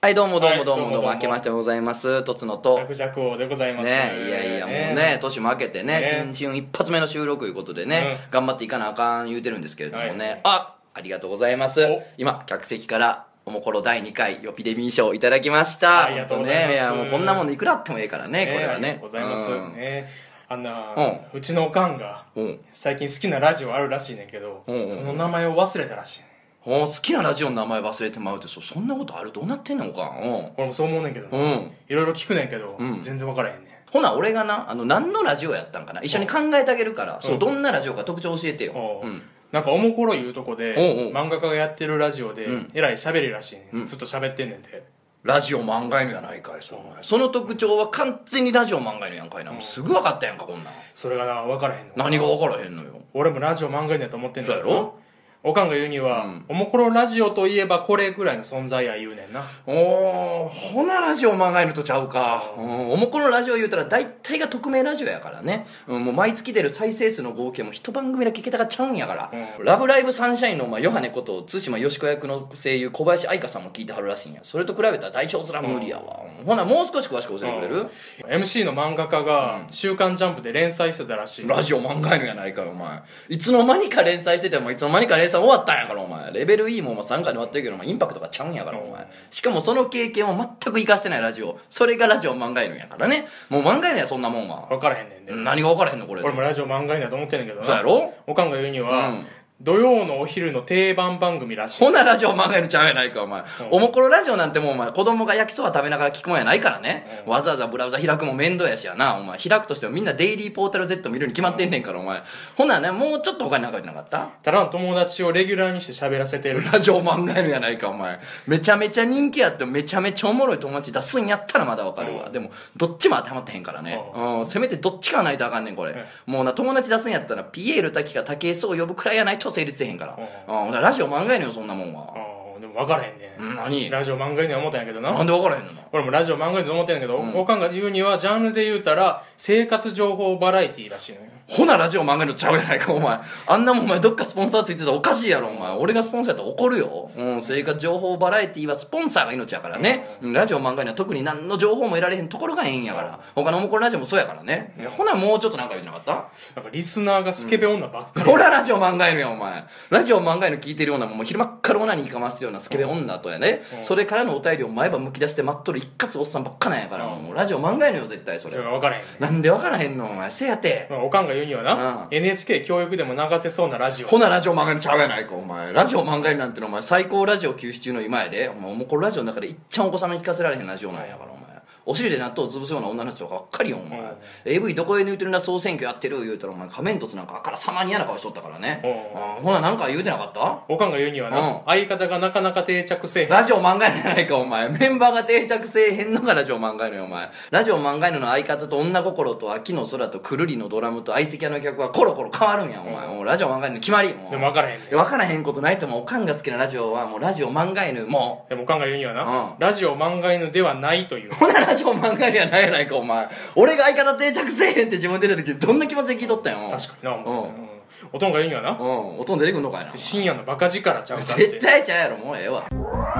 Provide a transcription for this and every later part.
はい、どうもどうもどうもどうも、 はいどうもどうも明けましてございます。とつのと。 落弱王でございますね、いやいや、もうね、年も明けてね、 ね新春一発目の収録いうことでね、頑張っていかなあかん言うてるんですけれどもね、 はいありがとうございますお。 今、客席から、おもころ第2回ヨピデミー賞いただきました。 ありがとうございますね、いや、もうこんなもんでいくらあってもええからね、これはね。 ありがとうございます、 うんうちのおかんがうん最近好きなラジオあるらしいねんけど、 うんその名前を忘れたらしいねん。 好きなラジオの名前忘れてまうってそんなことある？どうなってんのか。 俺もそう思うねんけどな、 うんいろいろ聞くねんけど、 うん全然分からへんねん。 ほな俺がな何のラジオやったんかな、一緒に考えてあげるから、そうどんなラジオか特徴教えてよ。 おううんなんかおもころいうとこでおうおう漫画家がやってるラジオで、 うんえらい喋りらしいねん、 うんずっと喋ってんねんて。 ラジオ漫画犬やないかい。その特徴は完全にラジオ漫画犬やんかいな。もうすぐ分かったやんかこんなん。 それがな分からへんの。 何が分からへんのよ。 俺もラジオ漫画犬やと思ってんねんけどそうやろ。 おかんが言うには、おもころラジオといえばこれぐらいの存在や言うねんな。 おー、ほなラジオ漫画犬とちゃうか。おもこのラジオ言うたら大体が匿名ラジオやからね。もう毎月出る再生数の合計も一番組だけ桁がちゃうんやから。ラブライブサンシャインのヨハネこと対馬よしこ役の声優小林愛香さんも聞いてはるらしいんや。それと比べたら大小面無理やわ。ほなもう少し詳しく教えてくれる？ MC の漫画家が「週刊ジャンプ」で連載してたらしい。 ラジオ漫画犬やないかよお前。いつの間にか連載しててもいつの間にか連載終わったんやからお前。レベル E も3回で終わってるけどお前インパクトがちゃうんやからお前。しかもその経験を全く活かしてないラジオ、それがラジオ漫画犬やからね。もう漫画犬やそんなもんは。 分からへんねんで、 何が分からへんのこれ。 俺もラジオ漫画犬やと思ってんねんけどな。 そうやろ。 おかんが言うには、 うん土曜のお昼の定番番組らしい。 ほなラジオ漫画犬ちゃうやないかお前。おもころラジオなんてもうお前子供が焼きそば食べながら聞くもんやないからね。わざわざブラウザ開くも面倒やしやな。お前開くとしてもみんなデイリーポータル Z 見るに決まってんねんからお前。ほなね、もうちょっと他になんか言ってなかった？ ただの友達をレギュラーにして喋らせてる。 ラジオ漫画犬やないかお前。めちゃめちゃ人気やってめちゃめちゃおもろい友達出すんやったらまだわかるわ。でもどっちも当てはまってへんからね。せめてどっちかはないとあかんねんこれ。もうな友達出すんやったらピエール滝か武井壮呼ぶくらいやないと成立せへんから。ラジオ漫画犬よそんなもんは。 でも分からへんねん。 何？ ラジオ漫画犬や思ったんやけどな。 なんで分からへんの？ 俺もラジオ漫画犬と思ってんやけど、おかんが言うにはジャンルで言うたら生活情報バラエティーらしいのよ。 ほなラジオ漫画犬ちゃうやないかお前。あんなもんお前どっかスポンサーついてたらおかしいやろお前。俺がスポンサーやったら怒るよ。生活情報バラエティーはスポンサーが命やからね。ラジオ漫画犬は特に何の情報も得られへんところがええんやから。他のおもころラジオもそうやからね。ほなもうちょっとなんか言ってなかった？ なんかリスナーがスケベ女ばっかり。 ほらラジオ漫画犬やお前。ラジオ漫画犬聞いてるようなもう昼間っからオナにかますようなスケベ女とやね。それからのお便りを前歯むき出して待っとる一括おっさんばっかなんやから。もうラジオ漫画犬よ絶対それ。 それが分からへんねん。 なんで分からへんのお前。せやて。 おかんが言うにはな、NHK 教育でも流せそうなラジオ。 ほなラジオ漫画犬ちゃうやないかお前。ラジオ漫画犬なんてのお前最高ラジオ休止中の今やで。お前もうこれラジオの中でいっちゃんお子様に聞かせられへんラジオなんやからお前。お尻で納豆を潰すような女の人ばっかりよお前。AV どこへ抜いてるな総選挙やってる言うたらお前仮面凸なんかあからさまに嫌な顔しとったからね。ほななんか言うてなかった？ おかんが言うにはな、相方がなかなか定着せえへん。 ラジオ漫画犬やないかお前。メンバーが定着せえへんのがラジオ漫画犬よお前。ラジオ漫画犬の相方と女心と秋の空とくるりのドラムと相席屋の客はコロコロ変わるんやお前。もうラジオ漫画犬の決まり。もうでも分からへんねん。 分からへんことないともおかんが好きなラジオはもうラジオ漫画犬もでもおかんが言うにはな、ラジオ漫画犬ではないという。 ほなラジオ漫画犬やないやないかお前。俺が相方定着せえへんって自分出た時どんな気持ちで聞いとったんやん。 確かにな思ってたよ。おとんが言うにはな、 おとん出てくんのかいな。 深夜のバカ力ちゃうかって。 絶対ちゃうやろもうええわ。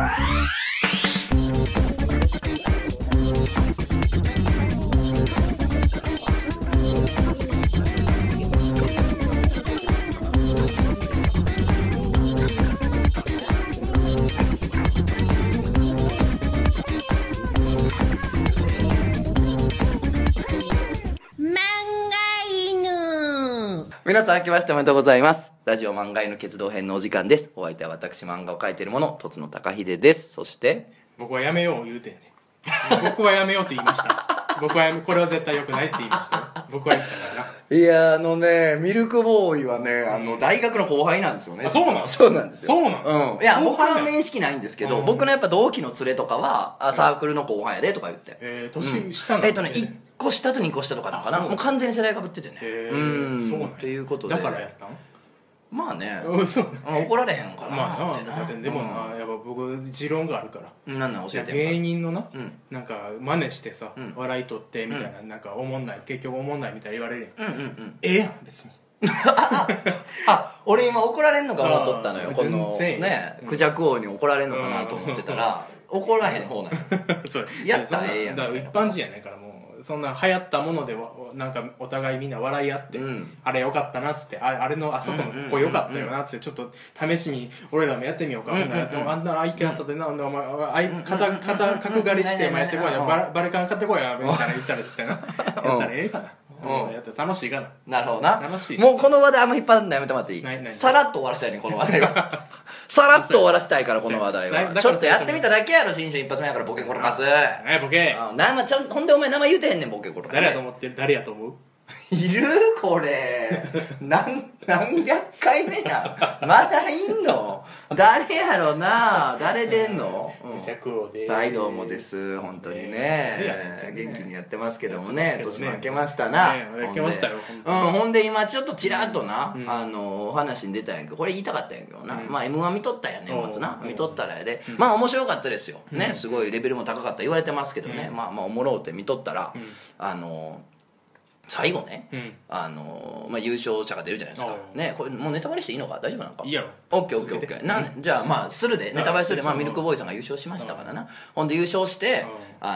皆さん明けましておめでとうございます。ラジオ漫画犬決動編のお時間です。お相手は私漫画を描いている者とつの高秀です。そして僕はやめよう言うてんねん。僕はやめようって言いました僕はこれは絶対良くないって言いましたよ。僕は言ったからな。 いやミルクボーイはね大学の後輩なんですよね。 そうなの？ そうなんですよ。 そうなの？ いや僕は面識ないんですけど、 うん、 僕のやっぱ同期の連れとかはサークルの後輩やでとか言って、 年下なの？ 1個下と2個下とかなんかな。もう完全に世代がぶっててね。 そうなんっていうことでだからやったん？ まあね、 そう怒られへんからまあな。だってでもな、やっぱ僕持論があるから。 なんなん教えて。 芸人のな、 うん、 なんか真似してさ、 うん、 笑い取ってみたいな、なんかおもんない結局おもんないみたいな言われるやん。ええやん別に。 俺今怒られんのか思っとったのよ。この全然ねクジャク王に怒られんのかなと思ってたら怒らへん方なんやそうやったらええやんだから一般人やねんからもうそんな流行ったものでなんかお互いみんな笑い合って、あれよかったなっつって、あれのあそこのここよかったよなっつってちょっと試しに俺らもやってみようか、あんな相手あったでな、お前肩角刈りしてやってこいや、バレカン買ってこいやみたいな言ったりしてなやったらええかな、やったら楽しいかな。 なるほどな。 楽しい。 もうこの話題あんま引っ張るのやめてもらっていい？ ないさらっと終わらせたいねこの話題はさらっと終わらせたいからこの話題はちょっとやってみただけやろ。新春一発目やからボケ転がす。 ボケほんでお前名前言うてへんねんボケ転がす。 誰やと思ってる？誰やと思う？ いるこれ何百回目やまだいんの？誰やろな。誰出んの？はいどうもです。本当にね元気にやってますけどもね、年も明けましたな。 明けましたよ。 ほんで今ちょっとちらっとなお話に出たんやけど、これ言いたかったんやけどな、まあ M1 見とったんや年末な、見とったらやで、まあ面白かったですよね、すごいレベルも高かった言われてますけどね、まあおもろうって見とったら最後ね、優勝者が出るじゃないですかね。これもうネタバレしていいのか大丈夫なのか？ いいやろ。 オッケーオッケーオッケー。じゃあまあするでネタバレするで、ミルクボーイさんが優勝しましたからな。ほんで優勝して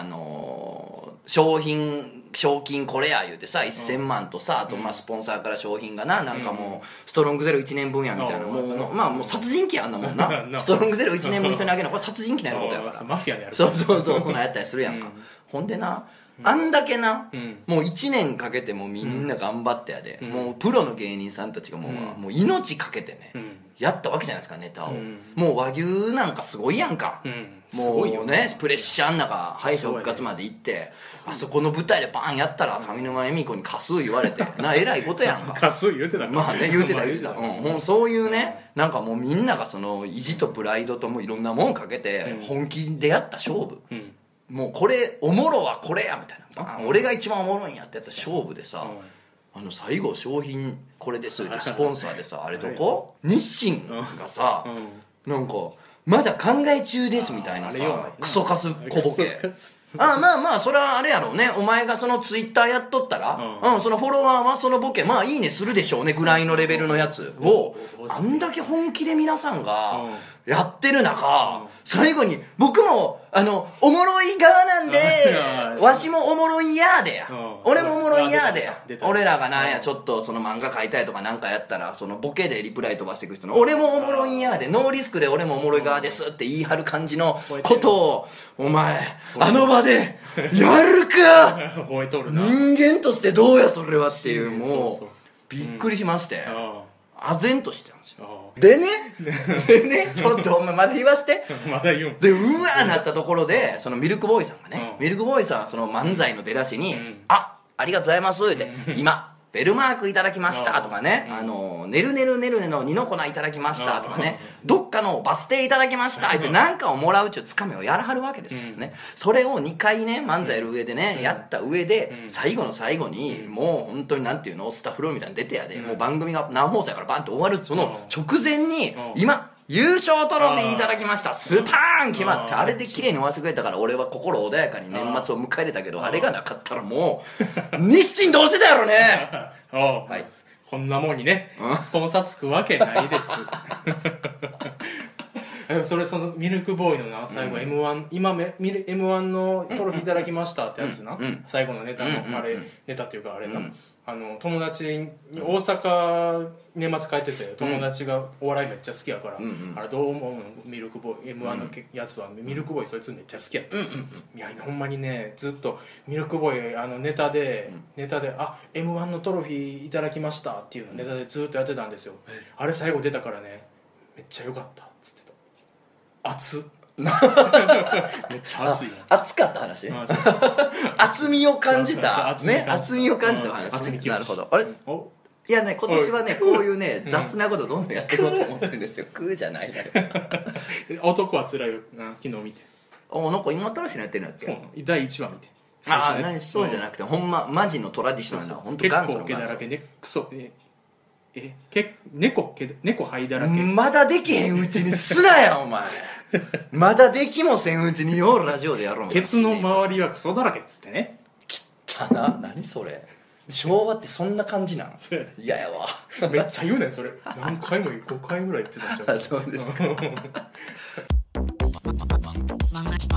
賞金これや言うてさ1000万とさ、あとまあスポンサーから賞品がなんかもうストロングゼロ1年分やみたいな、もう殺人鬼やんなもんなストロングゼロ1年分人にあげるのこれ殺人鬼なことやから、 マフィアでやる。 そうそんなんやったりするやんか。ほんでなあんだけな、もう1年かけてもみんな頑張ってやで、もうプロの芸人さんたちがもう命かけてね、やったわけじゃないですかネタを、もう和牛なんかすごいやんか、もうねプレッシャーの中敗者復活まで行って、あそこの舞台でバーンやったら上沼恵美子に貸す言われてな、えらいことやんか。 貸す言うてたかまあね言うてたそういうね、なんかもうみんながその意地とプライドともいろんなもんかけて本気でやった勝負、もうこれおもろはこれやみたいな、俺が一番おもろいんやってやった勝負でさ、最後商品これですってスポンサーでさあれどこ日清がさなんかまだ考え中ですみたいなさクソカス小ボケまあそれはあれやろうね、お前がそのツイッターやっとったらそのフォロワーはそのボケまあいいねするでしょうねぐらいのレベルのやつをあんだけ本気で皆さんがやってる中、最後に僕もおもろい側なんでわしもおもろいやーでや、俺もおもろいやーでや、俺らがなんやちょっとその漫画描いたりとかなんかやったらそのボケでリプライ飛ばしていく人の俺もおもろいやーでノーリスクで俺もおもろい側ですって言い張る感じのことをお前あの場でやるか人間としてどうやそれはっていう、もうびっくりしまして唖然としてたんですよ。でねちょっとお前まだ言わしてまだ言うんでうわーなったところでそのミルクボーイさんがね、ミルクボーイさんはその漫才の出だしにありがとうございますって今ベルマークいただきましたとかね、ねるねるねるねの二の粉いただきましたとかね、どっかのバス停いただきましたって何かをもらうっていうつかみをやらはるわけですよね。それを2回ね漫才やる上でねやった上で最後の最後にもう本当になんていうのスタッフローみたいに出てやで、もう番組が生放送やからバンと終わるその直前に今優勝トロフィーいただきましたスパーン決まって、あれで綺麗に終わらせてくれたから俺は心穏やかに年末を迎え入れたけど、あれがなかったらもう日清どうしてたやろねはい、こんなもんにねスポンサーつくわけないですそのミルクボーイのな最後 M1 今M1 のトロフィーいただきましたってやつな、最後のネタのあれネタっていうかあれな、友達に大阪年末帰ってて友達がお笑いめっちゃ好きやから、あれどう思うのミルクボーイ M1 のやつは、ミルクボーイそいつめっちゃ好きやった、いやほんまにねずっとミルクボーイネタでM1 のトロフィーいただきましたっていうのネタでずっとやってたんですよ。あれ最後出たからねめっちゃ良かったっつってた。熱っめっちゃ熱いな。 熱かった話厚みを感じたね、厚みを感じた話、なるほど。あれいやね今年はねこういうね雑なことどんどんやっていこうと思ってるんですよ食うじゃないだよ男はつらいよな昨日見て。 なんか今新しいのやってるんだっけ。 そう第1話見て。 そうじゃなくてほんまマジのトラディショナルな本当元祖の元祖。 結構毛だらけねクソ猫灰だらけ。 まだできへんうちにすなやお前まだできもせんうちにようラジオでやろう。 ケツの周りはクソだらけっつってね。 きったな。何それ昭和ってそんな感じなん。嫌やわめっちゃ言うねんそれ。何回も5回ぐらい言ってたじゃんそうです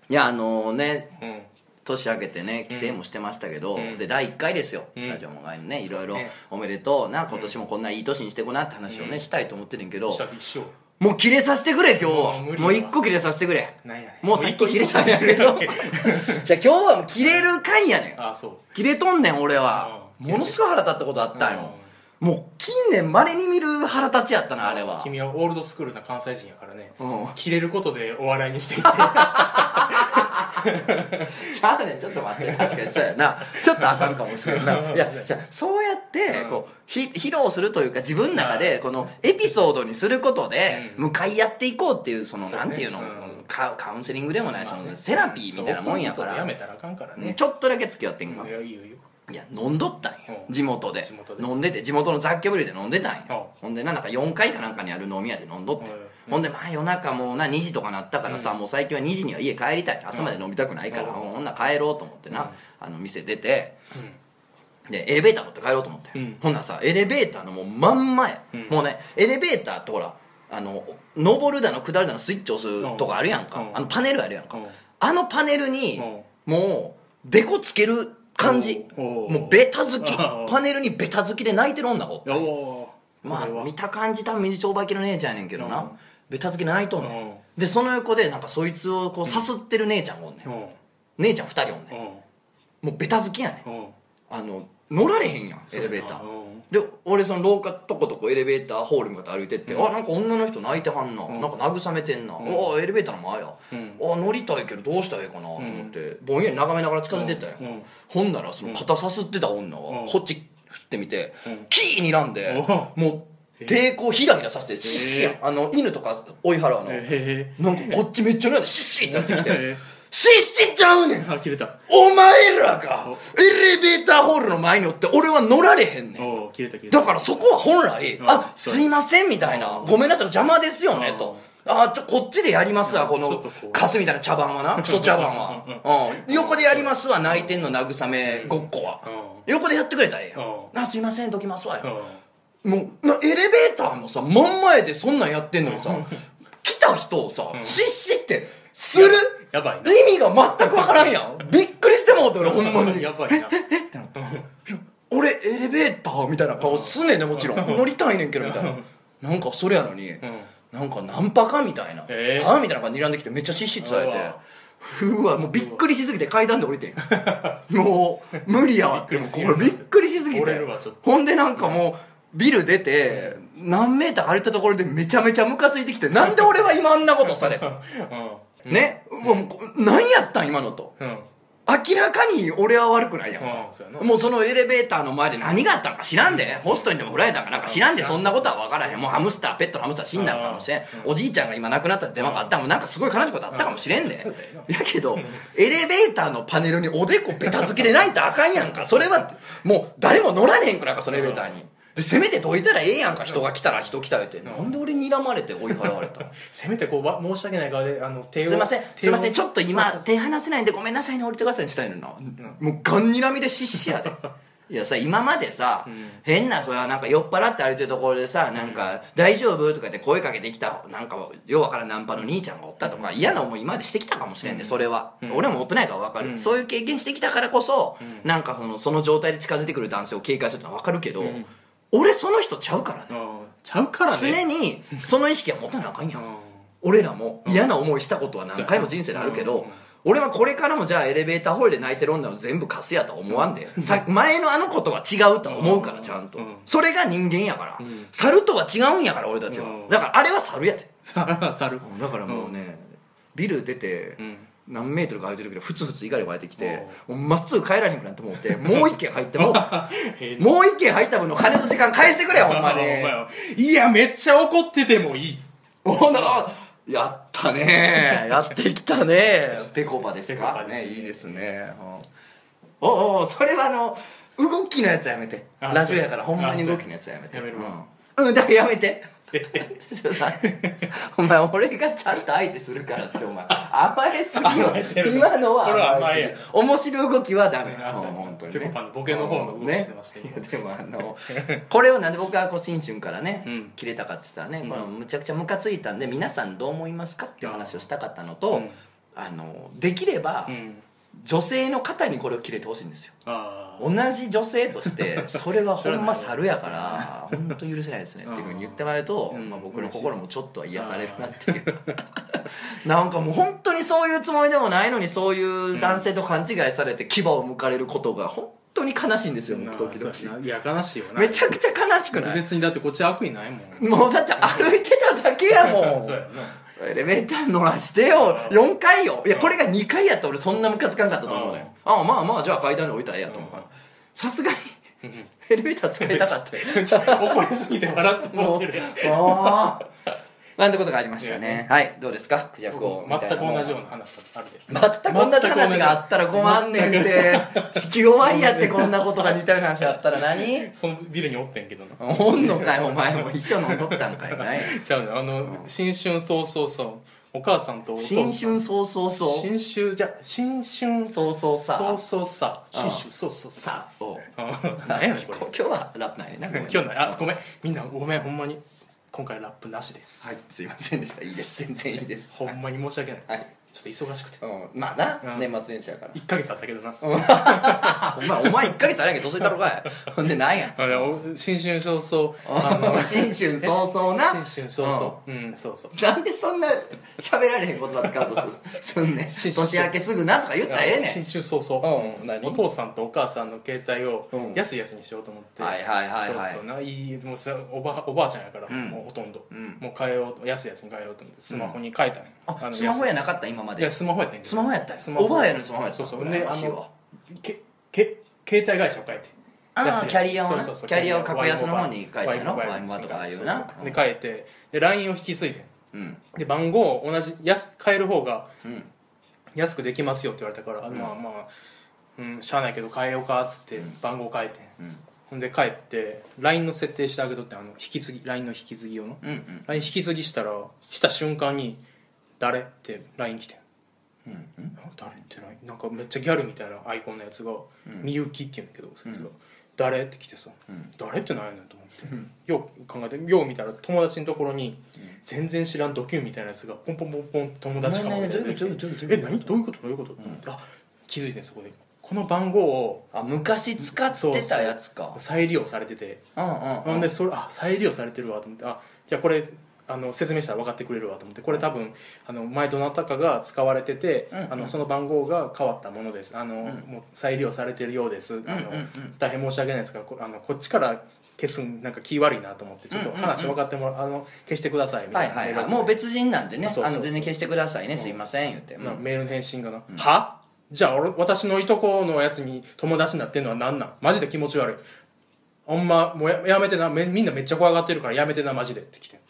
いやねうん年明けてね帰省もしてましたけど、 うんで第1回ですよ、 うんラジオもがいのねいろいろそうねおめでとうな今年もこんないい年にしてこなって話をね、したいと思ってるんやけど、 したら一緒もう切れさせてくれ今日はもう無理だもう1個切れさせてくれ。 なんやねんもうさっき切れたんやけどじゃあ今日はもう切れる回やねん。 あそう切れとんねん俺は。ものすごい腹立ったことあったんよ。もう近年まれに見る腹立ちやったなあれは。 君はオールドスクールな関西人やからねうん切れることでお笑いにしていってちゃうねんちょっと待って確かにそうやなちょっとあかんかもしれんないやじゃあそうやってこう披露するというか自分の中でこのエピソードにすることで向かい合っていこうっていうそのそうねなんていうのうんカウンセリングでもないそのセラピーみたいなもんやかそうやらめたらあかんからねちょっとだけ付き合ってんかいやいいよいいよいや飲んどったんようん地元で地元で飲んでて地元の雑居ビルで飲んでたんうんよほんでなんか4階かなんかにある飲み屋で飲んどってうんほんでまあ夜中もうな2時とかなったからさもう最近は2時には家帰りたい朝まで飲みたくないからうんほんなら帰ろうと思ってな店出てうでエレベーター乗って帰ろうと思って、 うんほんならさエレベーターのもう真ん前、 うんもうねエレベーターってほら上るだの下るだのスイッチ押すとこあるやんか、 うんパネルあるやんか、 うんあのパネルにうんもうデコつける感じおうもうベタ好きおうパネルにベタ好きで泣いてる女がおったおおまあこれは見た感じ多分水商売系の姉ちゃんやねんけどな、 うんベタ好きで泣いとんねん、 うんでその横でなんかそいつをこうさすってる姉ちゃんがおんねん、 うん姉ちゃん2人おんねん、 うんもうベタ好きやねんうん乗られへんやんエレベーターで俺その廊下とことこエレベーターホールに向かって歩いてって、 うんあなんか女の人泣いてはんな、 うんなんか慰めてんな、 んあエレベーターの前や、 うんあ乗りたいけどどうしたらいいかなと思って、ぼんやり眺めながら近づいてったよ、 うんほんならその肩さすってた女がうんこっち振ってみて、 うんキーにらんで、 うんもう抵抗ひらひらさせてシッシやん犬とか追い払うの、 へなんかこっちめっちゃなんでシッシってやってきてへシッシちゃうねんあ切れたお前らがエレベーターホールの前におって俺は乗られへんねんおお切れた切れただからそこは本来うんあすいませんみたいなうんごめんなさい邪魔ですよねうんとこっちでやりますわこのちょっとこうカスみたいな茶番はなクソ茶番は横でやりますわ泣いてんの慰めごっこは横でやってくれたらええやんすいませんどきますわよもうエレベーターのさ真ん前でそんなんやってんのにさ来た人をさシッシってするやばいな意味が全くわからんやんびっくりしてもうて俺ほんまにやばいな俺エレベーターみたいな顔すんねんねもちろん乗りたいねんけどみたいななんかそれやのになんかナンパかみたいなはみたいな感じで睨んできてめっちゃシッシッされてうわもうびっくりしすぎて階段で降りてんもう無理やわってもうこれびっくりしすぎ折れてるわちょっとほんでなんかもうビル出て何メーター歩いたところでめちゃめちゃムカついてきてなんで俺は今あんなことされたねうわもう何やったん今のと明らかに俺は悪くないやんかそうやなもうそのエレベーターの前で何があったのか知らんでホストにでも振られたんかなんか知らんでそんなことは分からへんもうハムスターペットのハムスター死んだんかもしれんおじいちゃんが今亡くなったって電話があったらもうなんかすごい悲しいことあったかもしれんでそうだよやけどエレベーターのパネルにおでこベタ付きで泣いたらあかんやんかそれはもう誰も乗らねえんくなんかそのエレベーターにでせめてどいたらええやんか人が来たら人来たらってなんで俺に睨まれて追い払われたのせめてこう申し訳ない側で手をすいませんすいませんちょっと今そうそう手離せないんでごめんなさいね降りてくださいにしたいのになもうガンにらみでシッシやでいやさ今までさ、変なそれはなんか酔っ払って歩いてるところでさなんか「大丈夫?」とか言って声かけてきたなんかようわからんナンパの兄ちゃんがおったとか、嫌な思い今までしてきたかもしれんで、それは、俺も大人やから分かる、そういう経験してきたからこそ、なんかその状態で近づいてくる男性を警戒するのは分かるけど、俺その人ちゃうからね、 ちゃうからね常にその意識は持たなあかんやん、俺らも嫌な思いしたことは何回も人生であるけど、俺はこれからもじゃあエレベーターホールで泣いてる女を全部貸すやとは思わんで、前のあのことは違うとは思うからちゃんと、それが人間やから、猿とは違うんやから俺たちは、だからあれは猿やで猿だからもうね、ビル出て、何メートルか歩いてるけどふつふつ怒り湧いてきてまっすぐ帰らへんくなって思ってもう一軒入ってもう一軒入った分の金と時間返してくれよほんまにいやめっちゃ怒っててもいいほんならやったねやってきたねペコパですかペコパですねいいですね、おそれは動きのやつやめてラジオやからほんまに動きのやつやめてやめるわだからやめてお前俺がちゃんと相手するからってお前甘えすぎよ今のは甘えすぎ面白い動きはダメ本当にねペコパのボケの方の動きしてましたよでもこれをなんで僕は新春からね切れたかって言ったらねこれむちゃくちゃムカついたんで皆さんどう思いますかっていう話をしたかったのとできれば、 うん女性の方にこれを切れてほしいんですよ。 あ同じ女性としてそれはほんま猿やから本当許せないですねっていうふうに言ってもらえると、まあ、僕の心もちょっとは癒されるなっていうなんかもう本当にそういうつもりでもないのにそういう男性と勘違いされて牙を向かれることが本当に悲しいんですよ、僕時々。 いや悲しいよな。 めちゃくちゃ悲しくない？ 別にだってこっち悪意ないもん。 もうだって歩いてただけやもんそうやな。 エレベーター乗らしてよ。4回よ。いやこれが2回やったら俺そんなムカつかんかったと思うね。ああまあまあじゃあ階段に置いたらええやと思うから、さすがにエレベーター使いたかった怒りすぎて笑って思ってるやん。 ああなんてことがありましたね。はい、どうですかクジャク王みたいな。 全く同じような話があるで。 全く同じ話があったら困んねんって地球終わりやってこんなことが似たような話あったら何？ そのビルにおってんけどな。 おんのかいお前も一緒飲んどったんかいないちゃうね、新春早々さ、お母さんとお父さん。 新春早々そう新春じゃ、新春そうそうさそうさ。新春そうそうさ。 さおう何やねんこれ。 今日はラップないねな今日ない。あ、ごめん。みんなごめん、ほんまに。今回ラップなしです。 はい、すいませんでした。いいです。全然いいです。 ほんまに申し訳ない。 はい。 ちょっと忙しくて。 まあな、年末年始やから。 1ヶ月あったけどな。 お前1ヶ月あれやけど、どうせたろかい。ほんでなんや。 新春早々。 新春早々な。 新春早々。うん、そうそう。 なんでそんな喋られへん言葉使うとすんねん。年明けすぐなとか言ったらええねん。 新春早々。お父さんとお母さんの携帯を安いやつにしようと思って。 はいはいはいはい。 ちょっとな、もうさ、おばあちゃんやから、もうほとんど。もう変えようと、安いやつに変えようと思って、スマホに変えたんや。 スマホやなかった今まで。 いや、スマホやったんや。 スマホやったんや。おばあやのスマホやった。 そうそう。で、携帯会社を変えて。 キャリアをな。キャリアを格安の方に変えたんやろ。ワイモバとかああいうな。 で、変えて、で、LINE を引き継いで。で、番号を同じ、変える方が安くできますよって言われたから、まあまあ、しゃあないけど変えようかっつって番号変えて。ほんで帰って LINE の設定してあげとって、引き継ぎ LINE の引き継ぎ用の、LINE 引き継ぎした瞬間に「誰?」って LINE 来て誰ってなんかめっちゃギャルみたいなアイコンのやつがみゆきっていうんだけど、そいつが「誰?」って来てさ「誰?」って何やねんと思ってよう考えてよう見たら友達のところに全然知らんドキュンみたいなやつがポンポンポンポン友達から出てきて「え何どういうことどういうこと?」あ気づいてんそこで。この番号を昔使ってたやつか。 再利用されてて、ほんで再利用されてるわと思って、じゃあこれ説明したら分かってくれるわと思って、これ多分前どなたかが使われてて、その番号が変わったものです、もう再利用されてるようです、大変申し訳ないですがこっちから消すなんか気悪いなと思って、ちょっと話分かってもら消してくださいみたいな、 もう別人なんでね、全然消してくださいね、すいません言って、 メールの返信がな、はじゃあ私のいとこのやつに友達になってんのは何なん？マジで気持ち悪い。ほんまもうやめてな、みんなめっちゃ怖がってるからやめてなマジでって来て。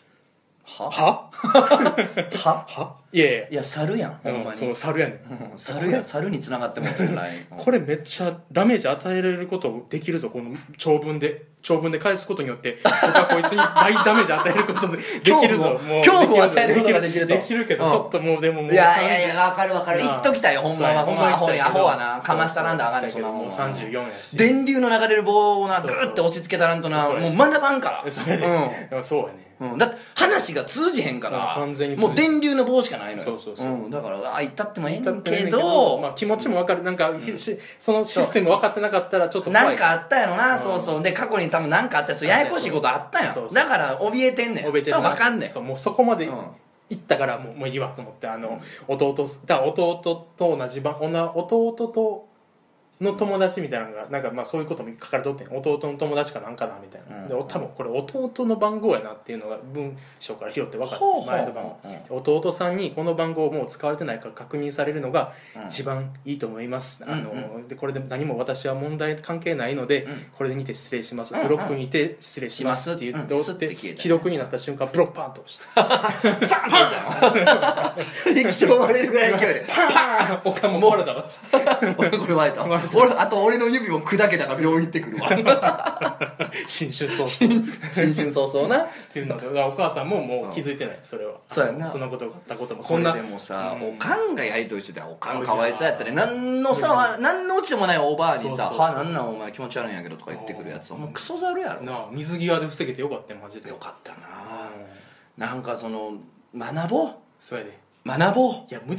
はいや猿やんほんまに。 そう猿やねん。猿に繋がってもらってないこれめっちゃダメージ与えられることできるぞ、この長文で返すことによって僕はこいつに大ダメージ与えることできるぞ。 恐怖を与えることができると。 できるけどちょっともうでももういや分かる言っときたいよほんまは。ほんまアホはなかましたらんだあかんねんそんなもん。 もう34やし電流の流れる棒をなグーって押し付けたらんとなもう学ばんから。 そうやね。 だって話が通じへんから完全にもう電流の棒しかないのよ。だから言ったってもええんけど気持ちも分かる。なんかそのシステム分かってなかったらちょっと怖い。 なんかあったやろな。そうそうで過去に多分なんかあったややこしいことあったやん。だから怯えてんねん。そう分かんねん。 もうそこまで行ったからもういいわと思って、弟と同じ弟との友達みたいなのがなんかそういうことも書かれとってん。弟の友達かなんかなみたいな、で多分これ弟の番号やなっていうのが文章から拾って分かって、前の番号弟さんにこの番号もう使われてないか確認されるのが一番いいと思います、でこれで何も私は問題関係ないので、これにて失礼します、ブロックにて失礼しますって言っておって、既読になった瞬間ブロックパーンと押したサンパン液晶割れるぐらいの勢いでパーンおかんも漏れたわ俺これ割れたあと俺の指も砕けたから病院行ってくるわ新春早々 新春早々なっていうのでお母さんももう気づいてない。それはそうやな。 そんなことがあったこともそんな。でもさおかんがやりとりしてたらおかんかわいそうやったね。何の落ちでもないおばあにさ「はなんなんお前気持ち悪いんやけど」とか言ってくるやつもうクソざるやろな。水際で防げてよかったよマジで。 よかったな。なんか学ぼう。 そうやで。 学ぼう。 いや無知は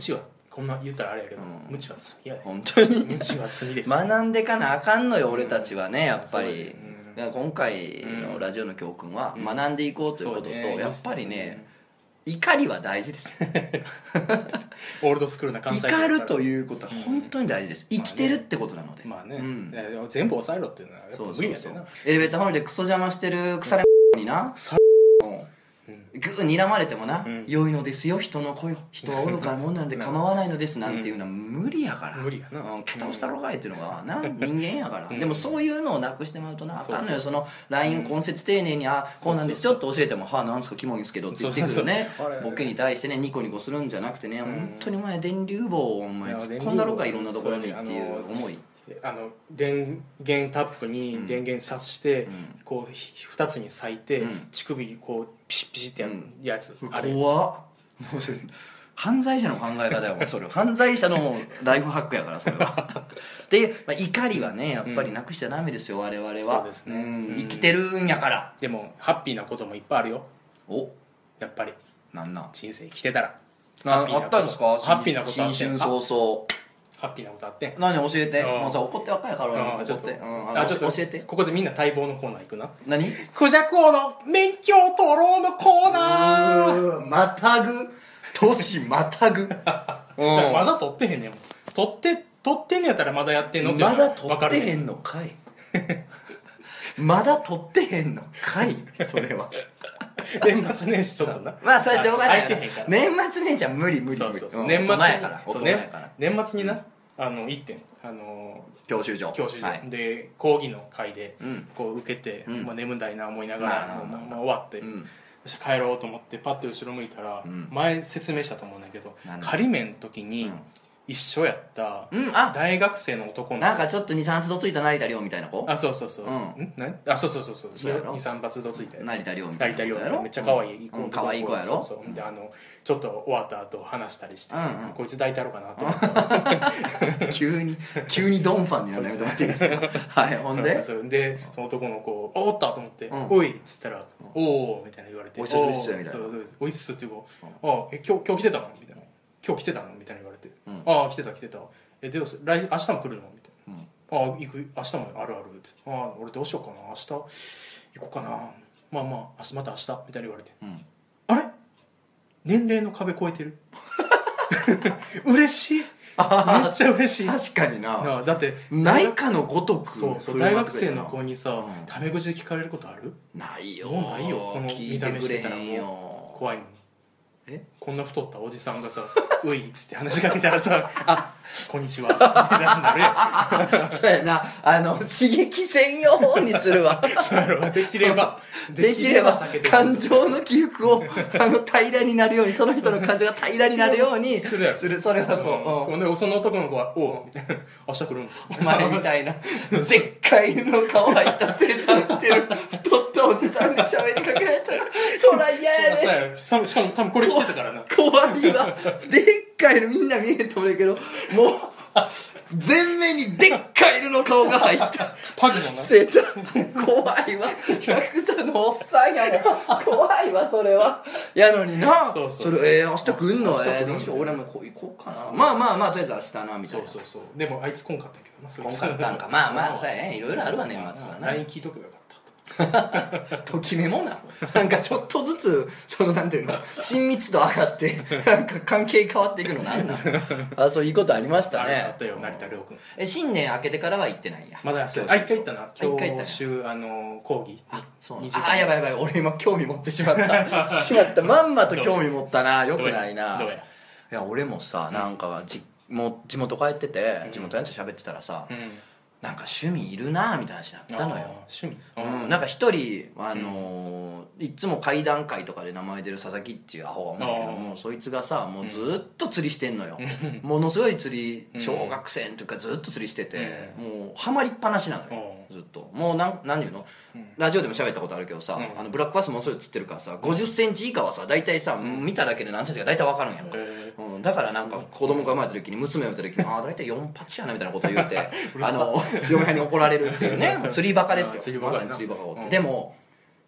こんな言ったらあれやけど、無知は罪やで。 本当に無知は罪です。 学んでかなあかんのよ俺たちはねやっぱり、 うんだから今回のラジオの教訓は学んでいこうということと、やっぱりね、怒りは大事ですオールドスクールな関西人怒るということは本当に大事です、生きてるってことなので、 まあね、 うんいやでも全部抑えろっていうのはやっぱそう無理やでな。 そうそうエレベーターホールでクソ邪魔してる腐れになグー睨まれてもな、良いのですよ人の子よ、人は愚かなもんなんで構わないのですなんていうのは無理やから、 無理やな、 桁をしたろかいっていうのがな人間やから、でもそういうのをなくしてもらうとなあかんのよ。その LINE を根節丁寧にこうなんですよって教えてもはあなんすかキモいんですけどって言ってくるねボケに対してねニコニコするんじゃなくてね、本当にお前電流棒をお前突っ込んだろかいろんなところにっていう思い、 電源タップに電源挿して、こう2つに裂いて、乳首こうピシッピシッってやるやつ、あれ怖っもうそれ犯罪者の考え方やもんそれ犯罪者のライフハックやからそれはで、怒りはねやっぱりなくしちゃダメですよ我々は。 そうですね、 生きてるんやから。でもハッピーなこともいっぱいあるよ。やっぱりなんなん人生生きてたらあったんですかハッピーなことあって、 新春早々 ハッピーなことあって、 何教えて。もうさ怒ってばっかりやから俺ちょっとちょっと教えて。 ここでみんな待望のコーナー行くな。 何クジャク王の免許を取ろうのコーナー。 またぐ年またぐまだ取ってへんねんもん。取ってんねやったらまだやってんのってまだ取ってへんのかいまだ取ってへんのかいそれは年末年始ちょっとなまあそれはしょうがない空いてへんから年末年始は無理無理無理そう年末にから年末にな行ってん教習所で講義の会でこう受けて眠たいな思いながら終わって帰ろうと思ってパッて後ろ向いたら前説明したと思うんだけど仮免の時に一緒やった大学生の男の子なんかちょっと23発どついた成田凌みたいな子そうそうそうそう23発どついたやつ成田凌みたいなめっちゃ可愛い子可愛い子やろでちょっと終わった後話したりしてこいつ抱いたろかなと思って急にドンファンになるのやめてもらっていいですかはいほんででその男の子おったと思って「おい」っつったら「おお」みたいな言われて「 おいっす」みたいな 「おいっす」っていう子「今日来てたの?」みたいな「今日来てたの?」みたいな言われて「ああ来てた来てたで明日も来るの?」みたいな「ああ行く明日もあるある」って「ああ俺どうしようかな明日行こうかなまあまた明日」みたいな言われてあれ年齢の壁超えてる嬉しいめっちゃ嬉しい確かになだってないかのごとくそう大学生の子にさタメ口で聞かれることある？ ないよもうないよこの見た目してたらもう怖いもんこんな太ったおじさんがさ「うい」っつって話しかけたらさ「あこんにちは」ってなるやんそうやな刺激せんようにするわそうやろできれば感情の起伏を平らになるようにその人の感情が平らになるようにするそれはそうその男の子は「おう」みたいな「明日来るの?」 お前みたいなでっかいの顔入ったセーター着てる太ったおじさんが喋りかけられたらそら嫌やねしかも多分これ着てたからな怖いわでっかいのみんな見えてもらうけどもう全面にでっかい犬の顔が入ったパグのなセーター怖いわヤクザのおっさんやもん怖いわそれはやのになそれ明日来んのどうしよう俺も行こうかなまあとりあえず明日なみたいなそうでもあいつ来んかったけどな来んかったんかまあそうやねいろいろあるわ年末はな LINE 聞いとけばよかったときめもなんかちょっとずつなんていうの親密度上がってなんか関係変わっていくのなんなんそういうことありましたねあったよ成田凌君新年明けてからは行ってないんやまだ一回行ったな今日週講義やばい俺今興味持ってしまったまんまと興味持ったなよくないないや俺もさなんかもう地元帰ってて地元やんと喋ってたらさなんか趣味いるなみたいな話になったのよ趣味なんか一人いつも怪談会とかで名前出る佐々木っていうアホが思うけどもそいつがさもうずっと釣りしてんのよものすごい釣り小学生の時からずっと釣りしててもうハマりっぱなしなのよずっともう何言うのラジオでも喋ったことあるけどさブラックバスものすごい釣ってるからさ50センチ以下はさ大体さ見ただけで何センチか大体分かるんやんかだからなんか子供が生まれた時に娘が生まれた時に大体4発やなみたいなことを言うて嫁はんに怒られるっていうね釣りバカですよまさに釣りバカがおってでも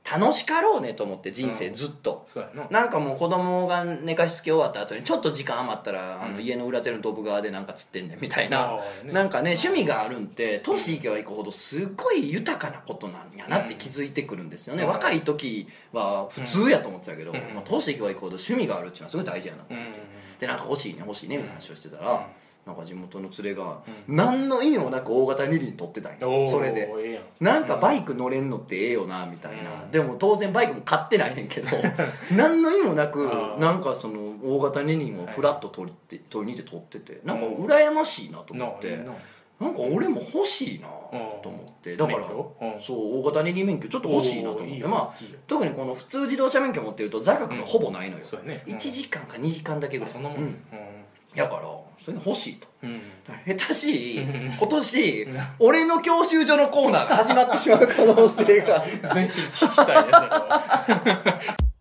楽しかろうねと思って人生ずっと、 そうやな。 なんかもう子供が寝かしつけ終わった後にちょっと時間余ったら、家の裏手のドブ川でなんか釣ってんねんみたいな、なんかね趣味があるんって年いけばいくほどすごい豊かなことなんやなって気づいてくるんですよね、若い時は普通やと思ってたけど、まあ、年いけばいくほど趣味があるっていうのはすごい大事やなと思って、でなんか欲しいねみたいな話をしてたら、なんか地元の連れが何の意味もなく大型二輪取ってたんよ、それでなんかバイク乗れんのってええよなみたいな、でも当然バイクも買ってないねんけど何の意味もなくなんかその大型二輪をフラッと取りに行って取ってて、なんか羨ましいなと思って、なんか俺も欲しいなと思って、だからそう大型二輪免許ちょっと欲しいなと思って、まあ特にこの普通自動車免許持ってると座学がほぼないのよ、1時間か2時間だけぐらい、だからそれ欲しいと、下手しい今年俺の教習所のコーナーが始まってしまう可能性がぜひ聞きたいねそれは。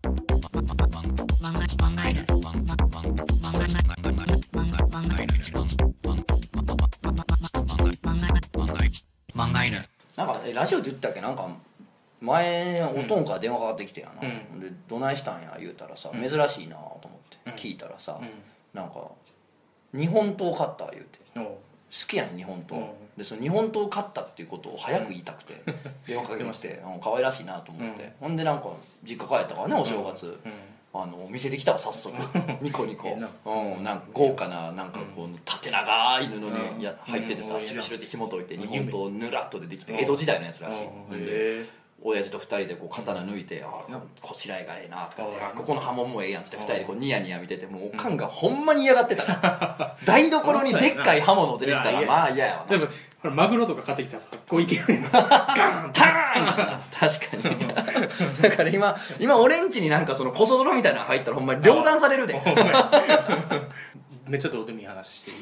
なんかラジオで言ったっけ、なんか前おとんから電話かかってきてやな、でどないしたんや言うたらさ、珍しいなと思って聞いたらさ、なんか日本刀買った言うて、好きやん日本刀、でその日本刀買ったっていうことを早く言いたくて電話かけまして可愛らしいなと思って、ほんでなんか実家帰ったからねお正月、見せてきたわ早速ニコニコ、なんか豪華ななんかこう縦長い布に入っててさ、シュルシュルって紐解いて日本刀ぬらっと出てきて、江戸時代のやつらしい。で親父と2人でこう刀抜いて「こしらえがええな」とかって「ここの刃文もええやん」っつって2人でこうニヤニヤ見てて、もうおかんがほんまに嫌がってたから台所にでっかい刃物出てきたらまあ嫌やわな。 でもほらマグロとか買ってきたらさこういけるやんガーンターン確かにだから今俺んちになんかその小そろみたいなの入ったらほんまに両断されるでめっちゃどうでもいい話していい？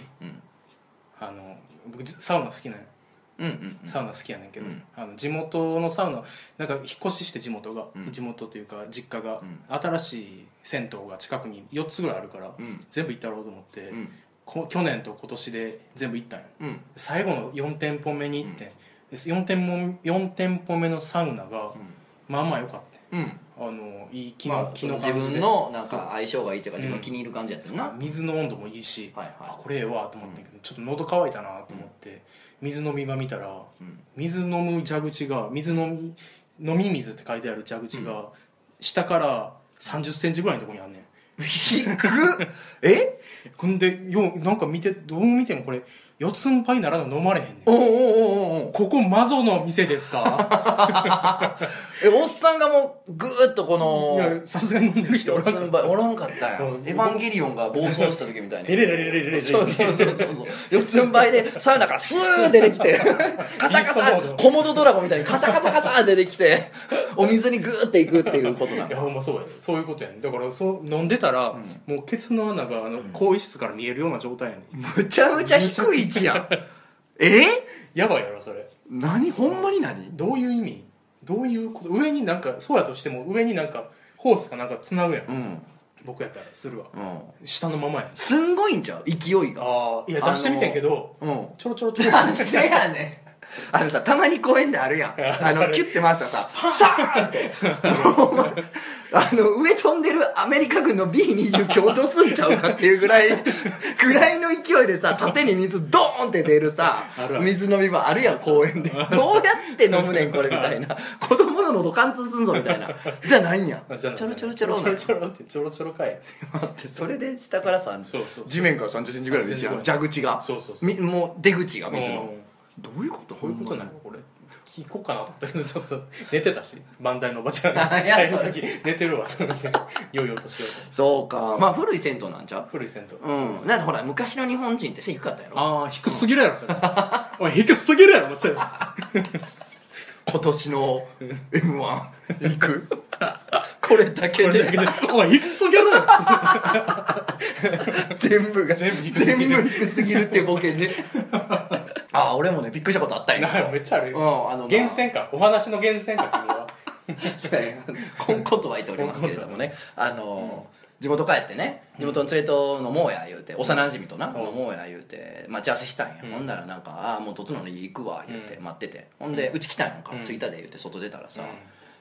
僕サウナ好きなんや。サウナ好きやねんけど、地元のサウナなんか引っ越しして地元というか実家が、新しい銭湯が近くに4つぐらいあるから、全部行ったろうと思って、去年と今年で全部行ったんや、最後の4店舗目に行って、4店舗目のサウナが、まあまあ良かった、いい気の感じで、 自分のなんか相性がいいというか自分の気に入る感じやったよな、 水の温度もいいし、これええわと思ったけど、ちょっと喉乾いたなと思って、水飲み場見たら、水飲む蛇口が飲み水って書いてある蛇口が下から30センチぐらいのところにあんねん。 低っえほんでなんかどう見てもこれ四つん這いなら飲まれへんねん。ここマゾの店ですかおっさんがもうぐーっとこのいやさすがに飲んでる人おらんかったよエヴァンゲリオンが暴走した時みたいにレレレレレレそう四つん這いでサウナからスー出てきてカサカサコモドドラゴンみたいにカサカサカサ出てきてお水にグーっていくっていうことなの。 いやほんまそういうことやねん。だから飲んでたら、もうケツの穴が更衣室から見えるような状態やねん。 むちゃむちゃ低い位置やんやばいやろそれ。 何ほんまに何どういう意味？どういうこと？上になんかそうやとしても上になんかホースかなんかつなぐやん、僕やったらするわ、下のままやん。 すんごいんちゃう勢いが。 いや出してみてんけど、ちょろちょろちょろなんでやねんさたまに公園であるやんキュッて回したらさサーンって上飛んでるアメリカ軍の B-20 今日落とすんちゃうかっていうぐらいの勢いでさ縦に水ドーンって出るさ水飲み場あるやん公園でどうやって飲むねんこれみたいな子供の喉貫通すんぞみたいなじゃないんやちょろちょろちょろちょろちょろってちょろちょろかい待ってそれで下からさ地面から30センチぐらいの蛇口がそうもう出口が水のどういうことこういうことなのこれ聞こうかなと思ったけどちょっと寝てたしバンダイのおばちゃんが帰る時寝てるわと思ってよいよとしようと。 そうかまあ古い銭湯なんちゃう。 古い銭湯なんでほら昔の日本人って背低かったやろ。 低すぎるやろそれおい低すぎるやろそれ今年の M1 行くこれだけでお前低すぎるやろ全部低すぎるってボケで俺もねびっくりしたことあったんやめっちゃあるよ、源泉かお話の源泉か君はそうやこんことはいておりますけれどもね地元帰ってね地元の連れと飲もうや言うて幼馴染とな飲もうや言うて待ち合わせしたんや、ほんならなんかもうとつのに行くわ言うて待ってて、ほんでうち来たんやんか、着いたで言うて外出たらさ、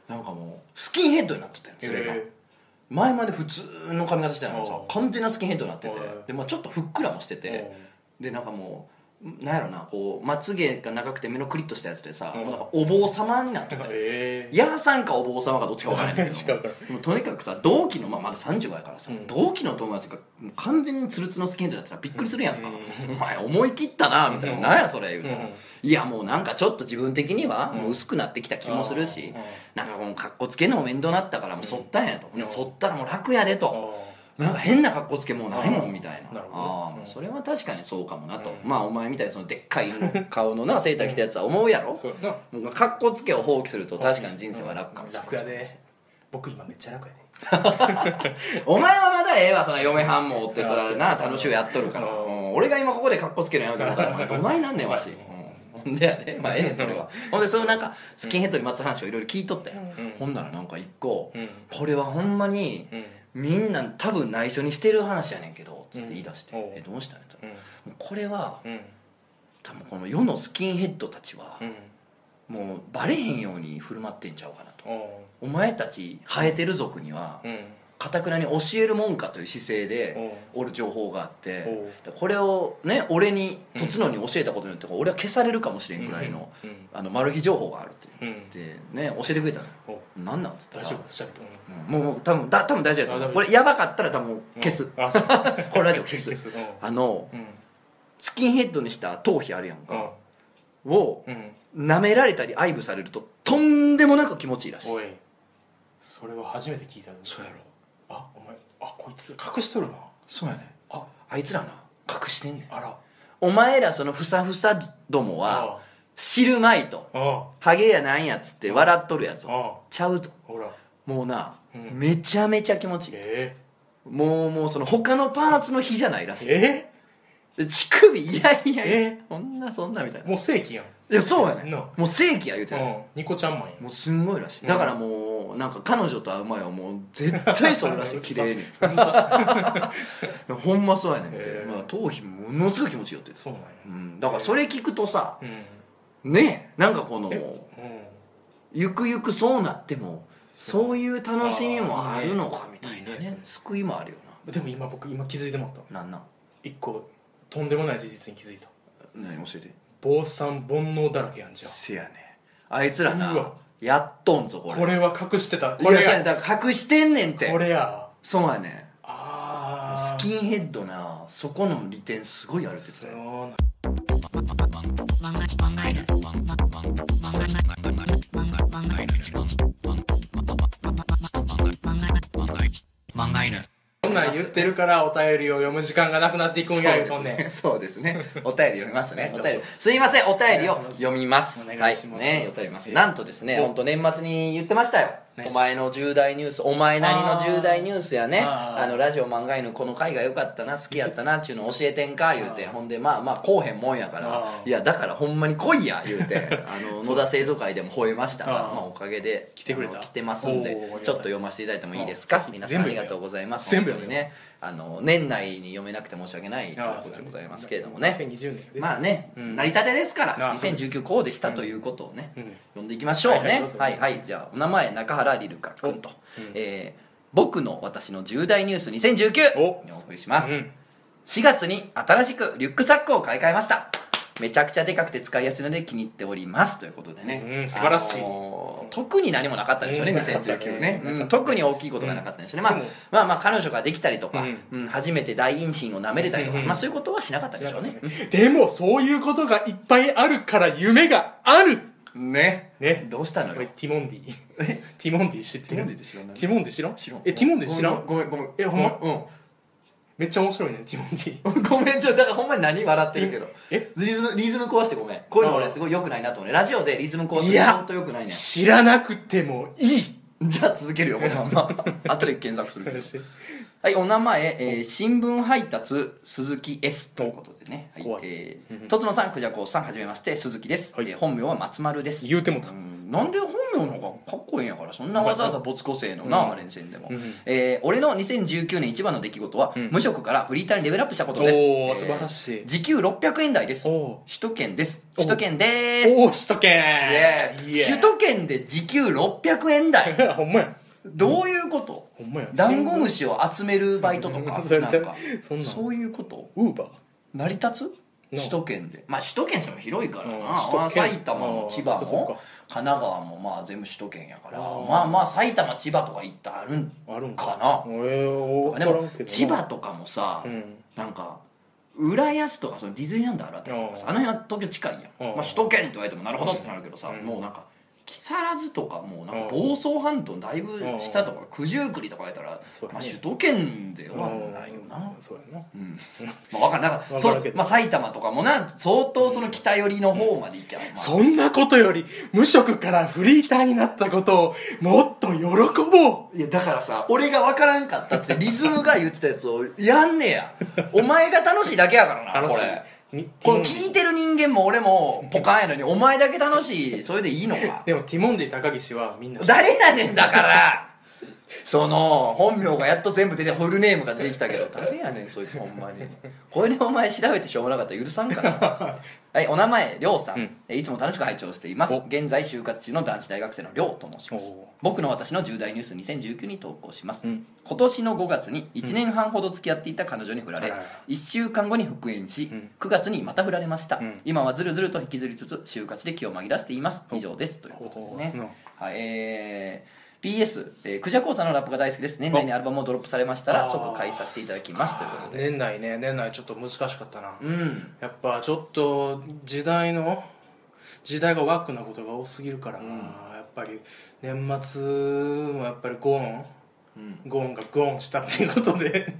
なんかもうスキンヘッドになってたよ連れが、前まで普通の髪型してたのにさ完全なスキンヘッドになってて、で、まあ、ちょっとふっくらもしてて、でなんかもうなんやろな、こうまつげが長くて目のクリッとしたやつでさ、もうなんかお坊様になってて、ヤーさんかお坊様かどっちか分からないんだけどもうとにかくさ同期の、まだ35やからさ、同期の友達がもう完全にツルツルのスキンヘッドだったらびっくりするやんか、お前思い切ったなみたいな、なんやそれ言うたら、いやもうなんかちょっと自分的にはもう薄くなってきた気もするし、なんかもうかっこつけるのも面倒なったからもう剃ったんやと、剃ったらもう楽やでと、なんか変な格好つけもうないもんみたいな、ああそれは確かにそうかもなと、まあお前みたいにそのでっかい顔のなセーター着たやつは思うやろ、もう格好つけを放棄すると確かに人生は楽かもしれない。 楽やで、僕今めっちゃ楽やでお前はまだええわ、その嫁はんもおってそれな楽しゅうやっとるから、俺が今ここで格好つけるのやめてもらったらどないなんねんわし、ほんでやで、まあええねんそれはほんでそういうなんかスキンヘッドにまつわる話をいろいろ聞いとったよ、ほんならなんか一個、これはほんまにみんな多分内緒にしてる話やねんけどつって言い出して、どうしたんやったら、これは多分この世のスキンヘッドたちはもうバレへんように振る舞ってんちゃうかなと、お前たち生えてる族にはかたくなに教えるもんかという姿勢でおる情報があって、これをね俺にとつのに教えたことによって俺は消されるかもしれんぐらいのマル秘情報があるって言ってね教えてくれたの。何なんつったら大丈夫、 もう多分大丈夫やと思う。これやばかったら多分消す、このラジオ消すスキンヘッドにした頭皮あるやんかを舐められたり愛撫されるととんでもなく気持ちいいらしい。 おいそれは初めて聞いた。 そうやろ、 お前こいつ隠しとるな。 そうやね、あいつらな隠してんねん。 あら、 お前らそのふさふさどもは知るまいと、ハゲやなんやっつって笑っとるやとちゃうと、 ほらもうな、めちゃめちゃ気持ちいい、もうその他のパーツの比じゃないらしい、乳首いやそんなみたいな、 もう正規やん。 いやそうやね、もう正規や言うてた、 ニコちゃんマンやもうすんごいらしい、だからもうなんか彼女と会う前はもう絶対それらしい綺麗にほんまそうやねんって、頭皮ものすごい気持ちいいよって。 そうなんや、 だからそれ聞くとさ、ねえなんかこのゆくゆくそうなってもそういう楽しみもあるのかみたいなね、救いもあるよな。 でも僕今気づいてもらった。 なんなん一個とんでもない事実に気づいた。 何教えて。 坊さん煩悩だらけやんじゃん。 せやね、あいつらなやっとんぞこれは隠してた。 これやだから隠してんねんって。 これやそうやね、スキンヘッドなそこの利点すごいあるって言ってた。 こんなん言ってるからお便りを読む時間がなくなっていくんや言うとんねん。 そうですね、お便り読みますねお便りすいません、お便りを読みます。 お願いします。 ね、読みます。なんとですね、本当年末に言ってましたよ、お前の重大ニュース、お前なりの重大ニュースやね、ラジオ漫画犬この回が良かったな好きやったなっちゅうの教えてんか言うて、ほんでまあこうへんもんやから、いやだからほんまに来いや言うて野田製造会でも吠えましたが、おかげで来てくれた、来てますんでちょっと読ませていただいてもいいですか。皆さんありがとうございます。 全部読むね、年内に読めなくて申し訳ないということでございますけれどもね、 2020年まあね、成り立てですから2019こうでしたということをね、読んでいきましょうね。はいじゃあお名前中原リルカ君と、僕の私の重大ニュース2019お送りします。4月に新しくリュックサックを買い替えました。めちゃくちゃでかくて使いやすいので気に入っておりますということでね、 素晴らしい。 特に何もなかったんでしょうね、2019ね、特に大きいことがなかったんでしょうね、まあ彼女ができたりとか、初めて大陰唇を舐めれたりとか、そういうことはしなかったんでしょうね。 でもそういうことがいっぱいあるから夢があるね、どうしたのよ。 ティモンディティモンディ知ってる？ ティモンディって知らない。 ティモンディ知らん？ティモンディ知らん？ ごめんほんま？めっちゃ面白いねティモンディ。 ごめんだからほんまに何笑ってるけど、リズム壊してごめん。こういうの俺すごい良くないなと思うね。ラジオでリズム壊すのほんと良くないね。 知らなくてもいい。 じゃあ続けるよこのまま後で検索するけどはい、お名前、新聞配達鈴木 S ということでね、とつのさん、くじゃこさん、はじめまして鈴木です、本名は松丸です。 言うてもたなんで本名の方がかっこいいんやから、そんなわざわざ没個性のな、連戦でも、俺の2019年一番の出来事は、無職からフリーターにレベルアップしたことです。 おお、素晴らしい。 時給600円台です。首都圏です。首都圏でーす。 おお、首都圏。 首都圏で時給600円台。 ほんまや。 どういうこと？ ほんまや。 ダンゴムシを集めるバイトとかなんかそういうこと？ ウーバー成り立つ？首都圏で、まあ首都圏っても広いからな、埼玉も千葉も神奈川もまあ全部首都圏やから、まあまあ埼玉千葉とか行ったらあるんかな。でも千葉とかもさ、なんか浦安とかそのディズニーランドあるあたりとかさ、あの辺は東京近いやん、まあ首都圏って言われてもなるほどってなるけどさ、もうなんか木更津とかもうなんか房総半島だいぶ下とか九十九里とかやったら、まあ首都圏ではないよな。 そうやな。 まあ分かんない。なんかまあ埼玉とかもな、相当その北寄りの方まで行きゃ、 そんなことより無職からフリーターになったことをもっと喜ぼう。 いやだからさ、俺が分からんかったっつってリズムが言ってたやつをやんねや。お前が楽しいだけやからな、これ。この聞いてる人間も俺もポカンやのに、お前だけ楽しい、それでいいのか。 でもティモンディ高岸はみんな誰やねんだからその本名がやっと全部出て、フルネームが出てきたけど、誰やねんそいつ、ほんまに。これでお前調べてしょうもなかったら許さんからな。はい、お名前りょうさん、いつも楽しく拝聴しています。現在就活中の男子大学生のりょうと申します。僕の私の重大ニュース2019に投稿します。今年の5月に1年半ほど付き合っていた彼女に振られ、1週間後に復縁し、9月にまた振られました。今はずるずると引きずりつつ就活で気を紛らわせています。以上です。ということでね。はい、PS、クジャコウさんのラップが大好きです。年内にアルバムをドロップされましたら即買いさせていただきます。ということで、 年内ちょっと難しかったな。やっぱちょっと時代がワックなことが多すぎるからな。やっぱり年末もやっぱりゴーンがゴーンしたっていうことで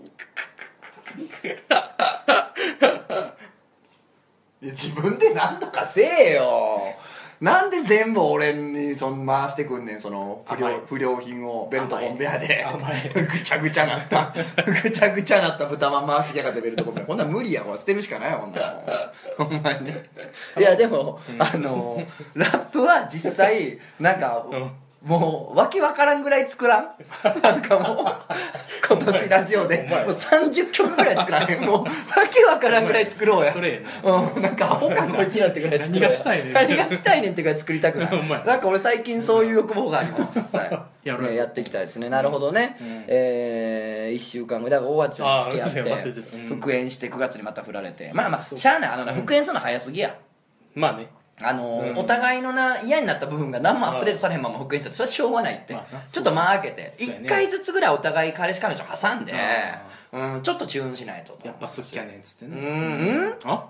自分でなんとかせえよ。なんで全部俺にその回してくんねん、その不良品をベルトコンベヤでぐちゃぐちゃなった豚まん回してきやがってベルトコンベヤ。こんなん無理や、これ捨てるしかないよ、ほんまにね。いやでもラップは実際なんかもうわけわからんぐらい作らんなんかもう今年ラジオでもう30曲ぐらい作らんもうわけわからんぐらい作ろうや。 それなんかアホかこいつらってぐらい作ろうや。何がしたいねんってぐらい作りたくないなんか俺最近そういう欲望があります実際やっていきたいですね。なるほどね。1週間ぐらい5月に付き合って復縁して9月にまた振られて、まあまあしゃあない。復縁するの早すぎや。 まあね、 お互いの嫌になった部分が何もアップデートされへんまま復縁したってそれはしょうがないって、ちょっと間開けて1回ずつぐらいお互い彼氏彼女挟んでちょっとチューンしないと。 やっぱ好きやねんっつってね。 あ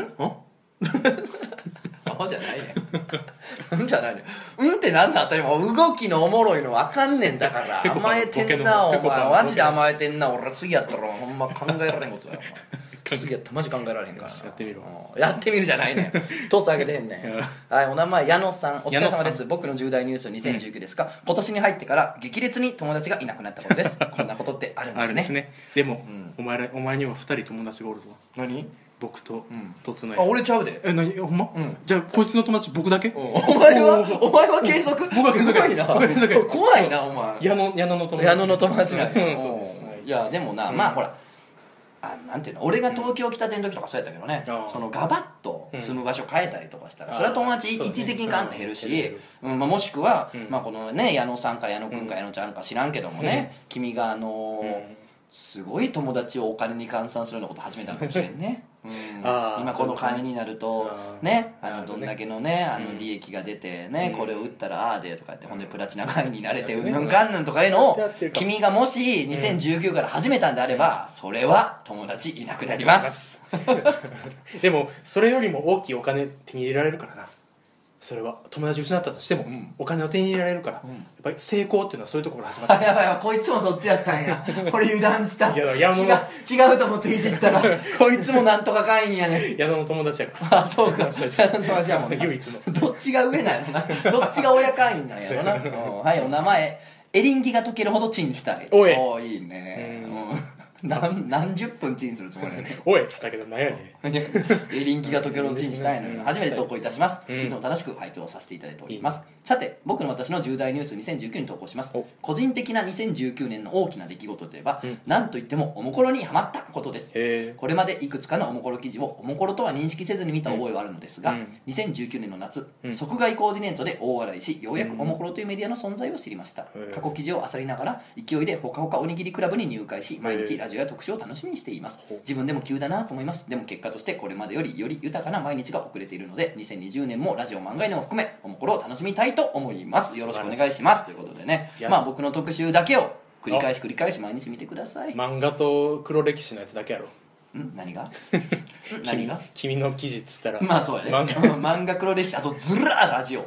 じゃないねじゃないねってなんだ当たり前。動きのおもろいの分かんねんだから甘えてんなお前。マジで甘えてんな。俺次やったらほんま考えられんことだよ次やったらマジ考えられへんからな。 やってみろ。 やってみるじゃないねんトス上げてへんねんはい、お名前矢野さん、お疲れ様です。僕の重大ニュース2019ですが、今年に入ってから激烈に友達がいなくなったことですこんなことってあるんですね。 でもお前には2人友達がおるぞ。 何？ 僕ととつない。 俺ちゃうで。 何ほんま？じゃあこいつの友達僕だけ？ お前は継続？僕は継続。すごいな。怖いなお前。 矢野の友達。 矢野の友達なんや。 そうです。 いやでもな、まあほらなんていうの、俺が東京来たての時とかそうやったけどね、そのガバッと住む場所変えたりとかしたらそれは友達一時的にガンって減るし、もしくはこのね矢野さんか矢野くんか矢野ちゃんか知らんけどもね、君がすごい友達をお金に換算するようなこと始めたかもしれんね今この会員になるとね、どんだけのね利益が出てね、これを売ったらああでとか言って、ほんでプラチナ会員になれてうんぬんかんぬんとかいうのを君がもし2019から始めたんであれば、それは友達いなくなりますでもそれよりも大きいお金手に入れられるからな。それは友達失ったとしてもお金を手に入れられるから、やっぱり成功っていうのはそういうところから始まってやばいやばい、こいつもどっちやったんやこれ油断した。 違うと思っていじったらこいつもなんとか会員やね矢野の友達やからそうか、矢野の友達やもんな唯一のどっちが上なんやろなどっちが親会員なんやろなはい、お名前エリンギが溶けるほどチンしたい。 おいいいね何十分チンするつもりやねおえっつったけど何やねん。 臨機が解けるチンしたいのよ。初めて投稿いたします、 うんいつも楽しく拝聴させていただいております。さて僕の私の重大ニュース2019に投稿します。 お個人的な2019年の大きな出来事といえば、 うんなんといってもおもころにハマったことです。 へこれまでいくつかのおもころ記事をおもころとは認識せずに見た覚えはあるのですが、2019年の夏、即買いコーディネートで大笑いし、ようやくおもころというメディアの存在を知りました。過去記事を漁りながら勢いでほかほかおにぎりクラブに入会し、毎日ラジオや特集を楽しみにしています。自分でも急だなと思います。でも結果としてこれまでより豊かな毎日が遅れているので、2020年もラジオ漫画犬を含めおもころを楽しみたいと思います。よろしくお願いしますということでね、僕の特集だけを繰り返し毎日見てください。 漫画と黒歴史のやつだけやろ。 何が君の記事っつったらまあそうやね漫画黒歴史、あとずらーラジオ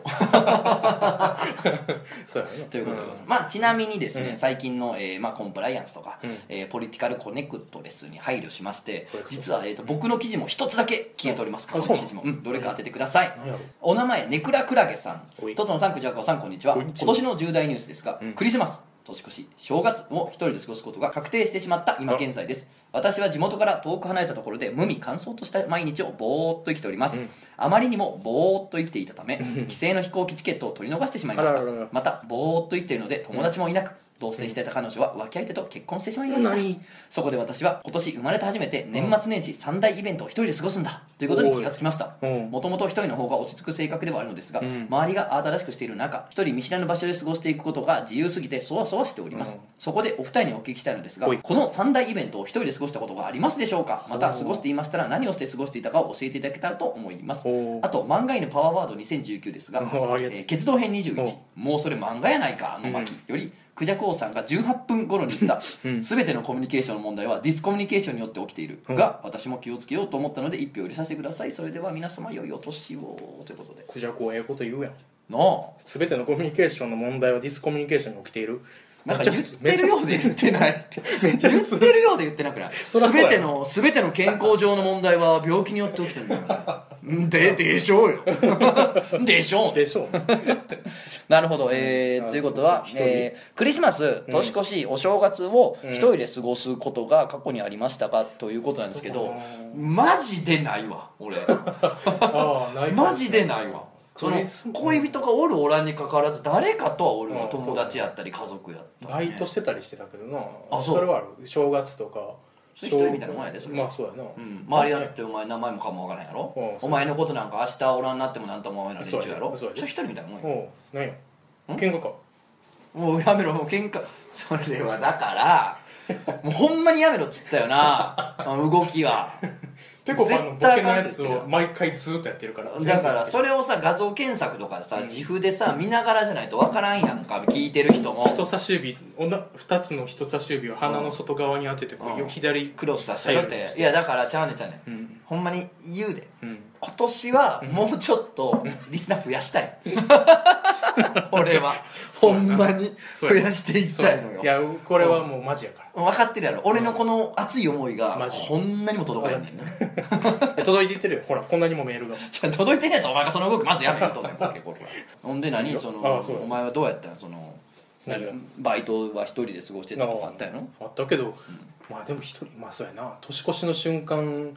そうやねということでございます。ちなみにですね、最近の、コンプライアンスとか、ポリティカルコネクトレスに配慮しまして、実は、僕の記事も一つだけ消えております。過去の記事も、どれか当ててください。お名前ネクラクラゲさん、とつのさん、くじゃこさん、こんにちは。今年の重大ニュースですが、クリスマス、年越し、正月を一人で過ごすことが確定してしまった今現在です。私は地元から遠く離れたところで無味乾燥とした毎日をぼーっと生きております、あまりにもぼーっと生きていたため帰省の飛行機チケットを取り逃してしまいましたまたぼーっと生きているので友達もいなく、同棲していた彼女は浮気相手と結婚してしまいました。そこで私は今年生まれて初めて年末年始3大イベントを一人で過ごすんだということに気がつきました。もともと一人の方が落ち着く性格ではあるのですが、周りが慌ただしくしている中、一人見知らぬ場所で過ごしていくことが自由すぎてそわそわしております。そこでお二人にお聞きしたいのですが、この3大イベントを一人で過ごしたことがありますでしょうか。また過ごしていましたら何をして過ごしていたかを教えていただけたらと思います。あと漫画犬パワーワード2019ですが、決動編21、もうそれ漫画やないかの巻より、クジャク王さんが18分頃に言った全てのコミュニケーションの問題はディスコミュニケーションによって起きているが、私も気をつけようと思ったので1票入れさせてください。それでは皆様良いお年をということで。 クジャクはええこと言うやんなあ、 全てのコミュニケーションの問題はディスコミュニケーションに起きている。 なんか言ってるようで言ってない言ってるようで言ってなくない。全ての健康上の問題は病気によって起きてるんだよでしょうよでしょうなるほど、ということは、クリスマス、年越し、お正月を一人で過ごすことが過去にありましたかということなんですけど、マジでないわ俺マジでないわ。その恋人がおるおらんにかかわらず誰かとはおるわ。友達やったり家族やったり、 バイトしてたりしてたけどな。 そうそれはある。正月とか一人みたいなもんやでそれ。 まあそうやな、 周りだってお前名前もかもわからへんやろ。お前のことなんか明日おらんなってもなんとも思えない連中やろ。それ一人みたいなもんや。 何や喧嘩か。 もうやめろ、もう喧嘩。それはだからもうほんまにやめろっつったよな動きは。 ペコパのボケのやつを毎回ずっとやってるから。 だからそれをさ、画像検索とかさ、自負でさ見ながらじゃないと分からんやんか、聞いてる人も。 人差し指2つの人差し指を鼻の外側に当てて左クロスさせたよって。いやだからちゃうねほんまに言うで、今年はもうちょっとリスナー増やしたい俺はほんまに増やしていきたいのよ。 いやこれはもうマジやから分かってるやろ。俺のこの熱い思いがこんなにも届かへんねんな届いていってるよ。ほらこんなにもメールが届いてねえとお前がその動きまずやめようと思うほんで何そのお前はどうやったんそのバイトは一人で過ごしてたとかあったやろ。 あったけど、まあでも一人、まあそうやな、年越しの瞬間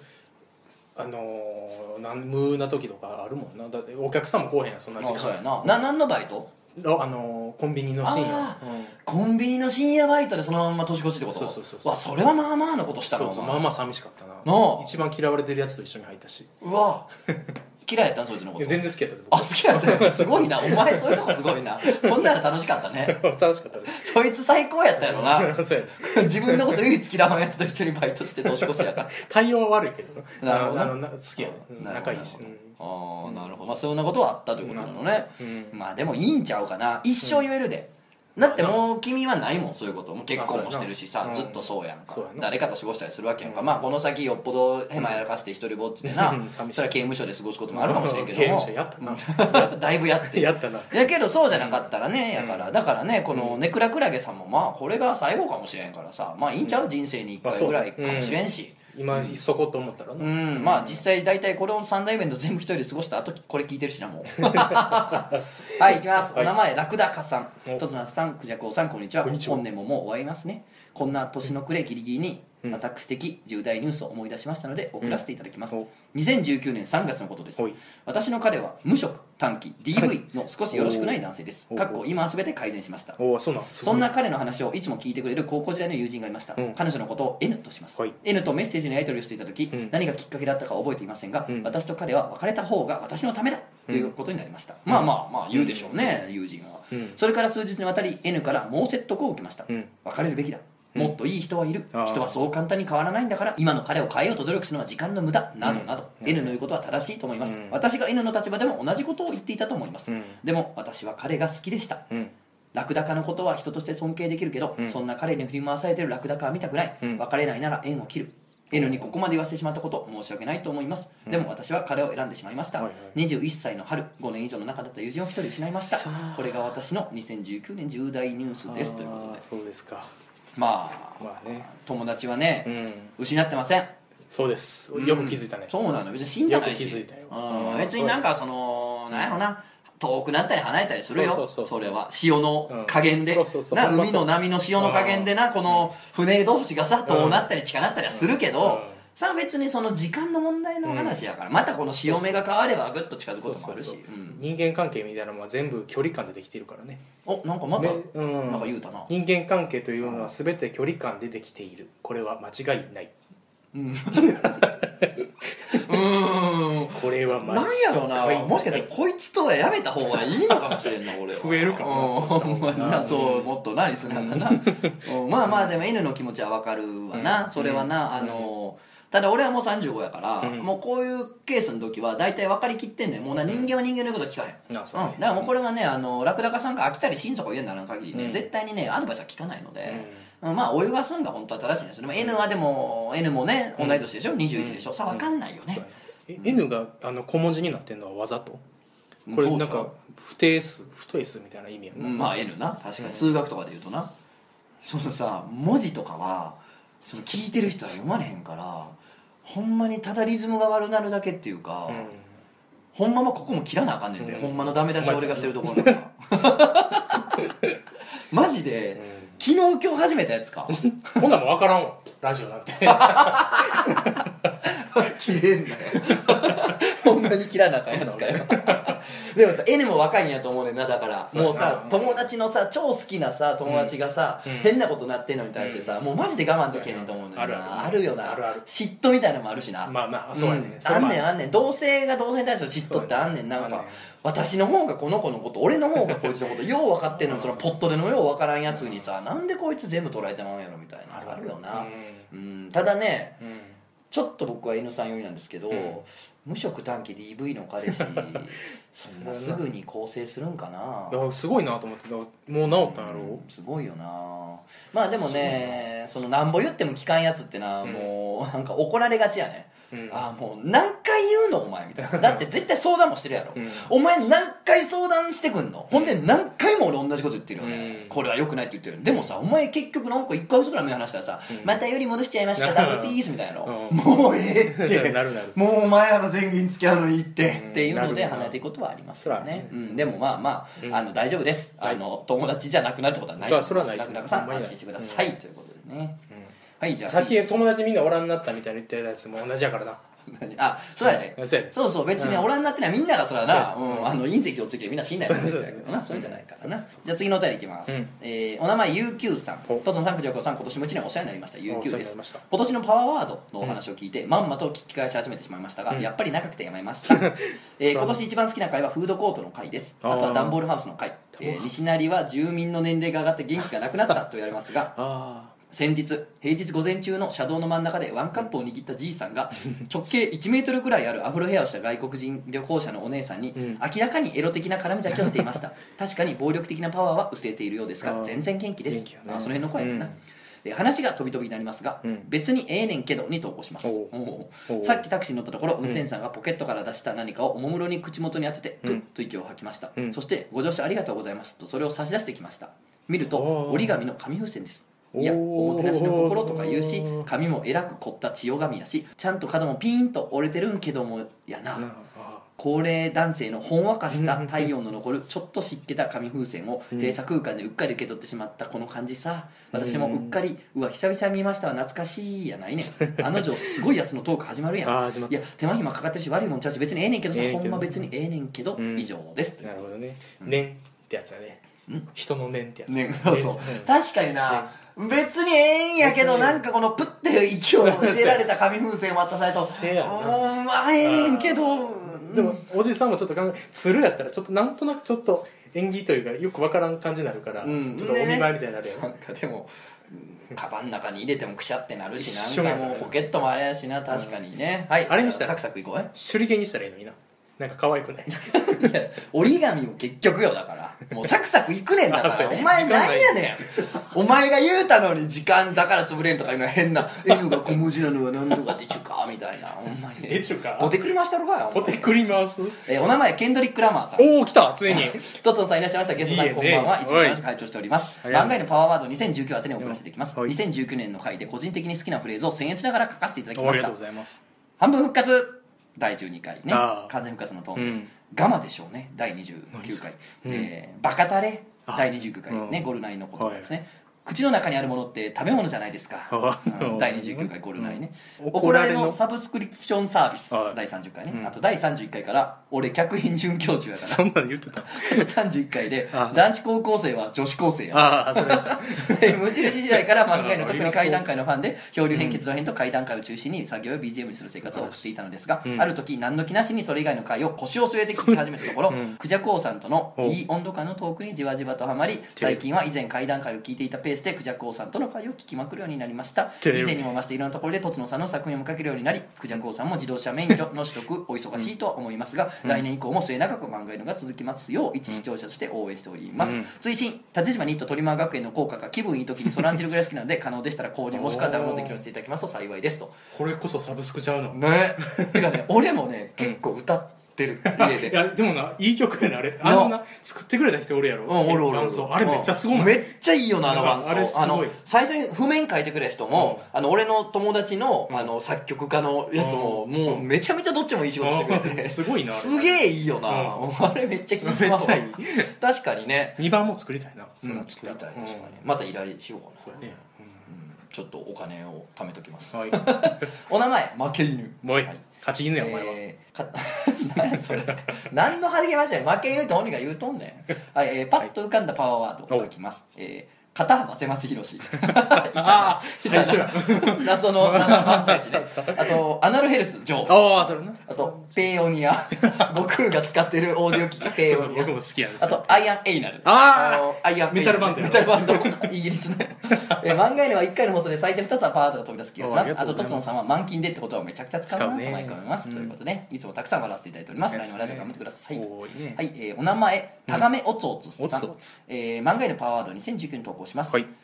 無な時とかあるもんな。だってお客さんも来おへんやんそんな時間。 そうやな。何のバイト？ コンビニの深夜。 コンビニの深夜バイトでそのまま年越しってこと？ そうわ、それはまあまあのことしたの。 まあまあ寂しかったな。一番嫌われてるやつと一緒に入ったし。 うわ嫌いやったんそいつのこと。 全然好きやったで。 あ、好きやったよ。すごいな、お前そういうとこすごいな。ほんなら楽しかったね。 楽しかったです。 そいつ最高やったやろな自分のこと唯一嫌わんやつと一緒にバイトして年越しやから対応は悪いけどなるほど好きやね。仲いいし。 ああなるほど。まあそんなことはあったということなのね。まあでもいいんちゃうかな。一生言えるで。だってもう君はないもんそういうこと。もう結婚もしてるしさ、ずっとそうやんか。誰かと過ごしたりするわけやんか。まあこの先よっぽどヘマやらかして一人ぼっちでなそれは刑務所で過ごすこともあるかもしれんけども、 刑務所やったなだいぶやってやったな。 やけどそうじゃなかったらね、やからだからね、このネクラクラゲさんもまあこれが最後かもしれんからさ、まあいいんちゃう、人生に1回ぐらいかもしれんし、 今そこと思ったらな、 まあ実際大体これを3大イベント全部一人で過ごした後これ聞いてるしなもうはい行きます、お名前ラクダカさん、とつなさん、クジャコウさん、こんにちは。本年ももう終わりますね。こんな年の暮れギリギリに私的重大ニュースを思い出しましたので送らせていただきます、2019年3月のことです。私の彼は無職短期 DV の少しよろしくない男性です。かっこ今は全て改善しました。そんな彼の話をいつも聞いてくれる高校時代の友人がいました、彼女のことを N とします、N とメッセージのやり取りをしていた時、何がきっかけだったか覚えていませんが、私と彼は別れた方が私のためだということになりました、まあ言うでしょうね、友人は、それから数日にわたり N から猛説得を受けました、別れるべきだ、もっといい人はいる、人はそう簡単に変わらないんだから今の彼を変えようと努力するのは時間の無駄などなど、N の言うことは正しいと思います、私が N の立場でも同じことを言っていたと思います、でも私は彼が好きでした、ラクダカのことは人として尊敬できるけど、そんな彼に振り回されているラクダカは見たくない、別れないなら縁を切る。 N にここまで言わせてしまったこと申し訳ないと思います、でも私は彼を選んでしまいました、21歳の春、5年以上の中だった友人を一人失いました。これが私の2019年重大ニュースですということで。 そうですか。 まあね、友達はね、失ってません。 そうです、よく気づいたね。 そうなの、別に死んじゃないし、 よく気づいたよ、 別になんかそのなんやろな、遠くなったり離れたりするよ。それは潮の加減でな、海の波の潮の加減でな、この船同士がさ遠なったり近なったりはするけど、さあ別にその時間の問題の話やから、またこの潮目が変わればぐっと近づくこともあるし、 人間関係みたいなのは全部距離感でできてるからね。 なんかまたなんか言うたな。 人間関係というのは全て距離感でできている、これは間違いない。これはなんやろな、もしかしたらこいつとはやめた方がいいのかもしれんな俺は。 増えるかもな、 そうもっと何するのかなまあまあでも N の気持ちは分かるわな、それはな。ただ俺はもう35やから、もうこういうケースの時は大体分かりきってんねん。もうな、人間は人間の言うこと聞かへん。だからもうこれはね、ラクダカさんが飽きたり心底言うならん限りね、絶対にねアドバイスは聞かないので、まあ泳がすんが本当は正しいんですよ。でも N はでも N もね同い年でしょ、21でしょ、さあ分かんないよね。 N が小文字になってるのはわざと？これなんか不定数みたいな意味やな。 まあ N な、確かに数学とかで言うとな、そのさ文字とかはその聞いてる人は読まれへんから、ほんまにただリズムが悪なるだけっていうか、ほんまはここも切らなあかんねんで、ほんまのダメ出し俺がしてるところなんかマジで、昨日今日始めたやつかこんなんも分からんわ、ラジオなんて切れんなよほんまに切らなあかんやつかよでもさ N も若いんやと思うねんな。だからもうさ、友達のさ超好きなさ友達がさ、変なことなってんのに対してさ、もうマジで我慢できへんねんと思うねんな。あるよな、嫉妬みたいなのもあるしな。 まあそうやね、 あんねん同性が同性に対する嫉妬ってあんねん。なんか私の方がこの子のこと、俺の方がこいつのことよう分かってんのに、そのポットでのよう分からんやつにさ、なんでこいつ全部捉えてまうんやろみたいなあるよな。ただね、ちょっと僕は N さん寄りなんですけど、無職短期 DV の彼氏そんなすぐに更生するんかな。 いやすごいなと思って。もう治ったんやろ、 すごいよな。まあでもね、そのなんぼ言っても聞かんやつってな、もうなんか怒られがちやね。もう何回言うのお前みたいな。だって絶対相談もしてるやろ、お前何回相談してくんの、ほんで何回も俺同じこと言ってるよね、これは良くないって言ってる。でもさ、お前結局なんか1ヶ月ぐらい目離したらさ、またより戻しちゃいましたダブルピースみたいなの、もうええってもうお前らの前銀付き合うのいいっていうので離れていくことはありますよね。でもまあまあ大丈夫です。友達じゃなくなるってことはないと思います。ラクダカさん安心してくださいということでね。はい、じゃあさっき友達みんなおらんなったみたいな言ってるやつも同じやからな。 そうやね。そうそう、別におらんなってのはみんながそれはな、隕石をつけてみんな死んだやつですけどな、そういうんじゃないからな。じゃあ次のお便りいきます。お名前 UQ さん、とつのさん、くじょうこさん、今年も1年お世話になりました UQ です。今年のパワーワードのお話を聞いてまんまと聞き返し始めてしまいましたが、やっぱり長くてやめました。今年一番好きな回はフードコートの回です。あとはダンボールハウスの回。西成は住民の年齢が上がって元気がなくなったと言われますが、先日平日午前中の車道の真ん中でワンカップを握ったじいさんが直径1メートルぐらいあるアフロヘアをした外国人旅行者のお姉さんに明らかにエロ的な絡み酒をしていました。確かに暴力的なパワーは薄れているようですが全然元気です。その辺の声だな。話が飛び飛びになりますが、別にええねんけどに投稿します。さっきタクシーに乗ったところ、運転手さんがポケットから出した何かをおもむろに口元に当ててプッと息を吐きました。そしてご乗車ありがとうございますとそれを差し出してきました。見ると折り紙の紙風船です。 いやおもてなしの心とか言うし、髪もえらく凝った千代髪やし、ちゃんと角もピーンと折れてるんけどもやな。高齢男性のほんわかした体温の残るちょっと湿気た紙風船を閉鎖空間でうっかり受け取ってしまったこの感じさ。私もうっかり「うわ久々見ましたわ懐かしい」やないねん。あの女すごいやつのトーク始まるやん。いや手間暇かかってるし悪いもんちゃうし別にええねんけどさ、ほんま別にええねんけど、以上です。 なるほどね。念ってやつだね。人の念ってやつね。そうそう、確かにな、別にええんやけど、なんかこのプッて息を入れられた紙風船渡されるとまあええねんけど、 でもおじさんもちょっと考え、鶴やったらちょっとなんとなくちょっと縁起というかよくわからん感じになるから、ちょっとお見舞いみたいになるやん。 なんかでもカバンの中に入れてもくしゃってなるし、なんかもうポケットもあれやしな、確かにね。はい、 あれにしたらサクサクいこう。 手裏剣にしたらいいのにな。なんか可愛くない？ いや折り紙も結局よ、だからもうサクサクいくねんだからお前なんやねん。お前が言うたのに時間だから潰れんとかいうのは変なN が小文字なのは何とかでちゅかみたいな、ほんまにでちゅかポテクリ回したろかよ。 ポテクリ回す。 お名前ケンドリック・ラマーさん。 おお来たついに。 とつのさんいらっしゃいました。ゲストさんこんばんは。いつも楽しく拝聴しております。漫画へのパワーワード2019宛てに送らせていきます。2019年の回で個人的に好きなフレーズを僭越ながら書かせていただきました。 ありがとうございます。 半分復活第12回ね、完全復活のトーンで、ガマでしょうね第29回、バカタレ第29回ね、ゴルナイのことですね。口の中にあるものって食べ物じゃないですか。第29回ゴルナイね。怒られのサブスクリプションサービス第30回ね。あと第31回から俺客員准教授やから、 そんなの言ってた。 31回で男子高校生は女子高生や。 ああそれ無印時代から漫画への特に怪談会のファンで、漂流編結論編と怪談会を中心に作業を BGM にする生活を送っていたのですが、ある時何の気なしにそれ以外の回を腰を据えて聞き始めたところ、クジャク王さんとのいい温度感のトークにじわじわとハマり、最近は以前怪談会を聞いていたペースでクジャク王さんとの会を聞きまくるようになりました。以前にも増していろんなところでとつのさんの作品を見かけるようになり、クジャク王さんも自動車免許の取得お忙しいとは思いますが、来年以降も末永く漫画へのが続きますよう一視聴者として応援しております。追伸縦島ニットトリマー学園の効果が気分いい時にそらんじるぐらい好きなので、可能でしたら購入もしくはダウンロードできるようにしていただきますと幸いですと。 これこそサブスクちゃうのね。てかね、俺もね結構歌ってる家で。 いやでもないい曲やなあれ。あんな作ってくれた人おるやろ。 おるおる。 あれめっちゃすごい。 めっちゃいいよなあの伴奏。 あれすごい。 最初に譜面書いてくれた人も、俺の友達の作曲家のやつももうめちゃめちゃどっちもいい仕事してくれて、 すごいな。 すげえいいよな。あれめっちゃ聴いてます。めっちゃいい。確かにね。 2番も作りたいな。 作りたい。確かに。また依頼しようかな。そうね。ちょっとお金を貯めときます。お名前負け犬。 もうい勝ち犬やお前は。 何やそれ。何の励ましや。負け犬って本人が言うとんねん。はい、パッと浮かんだパワーワードを書きます。片幅狭し広し。 ああ最初や。 謎の漫才師ね。あとアナルヘルスジョー。 ああそれな。 あとペイオニア。僕が使ってるオーディオ機器ペイオニア。 僕も好きやです。 あとアイアンエイナル。 アイアンメタルバンド。 メタルバンド。イギリスの。漫画へのは1回の放送で最低2つはパワーワードが飛び出す気がします。あとトツノさんは満勤でってことはめちゃくちゃ使うなと毎回思います。ということでいつもたくさん笑わせていただいております。来年もラジオ頑張ってください。はい、お名前タガメオツオツさん。漫画へのパワーワード2019に投稿します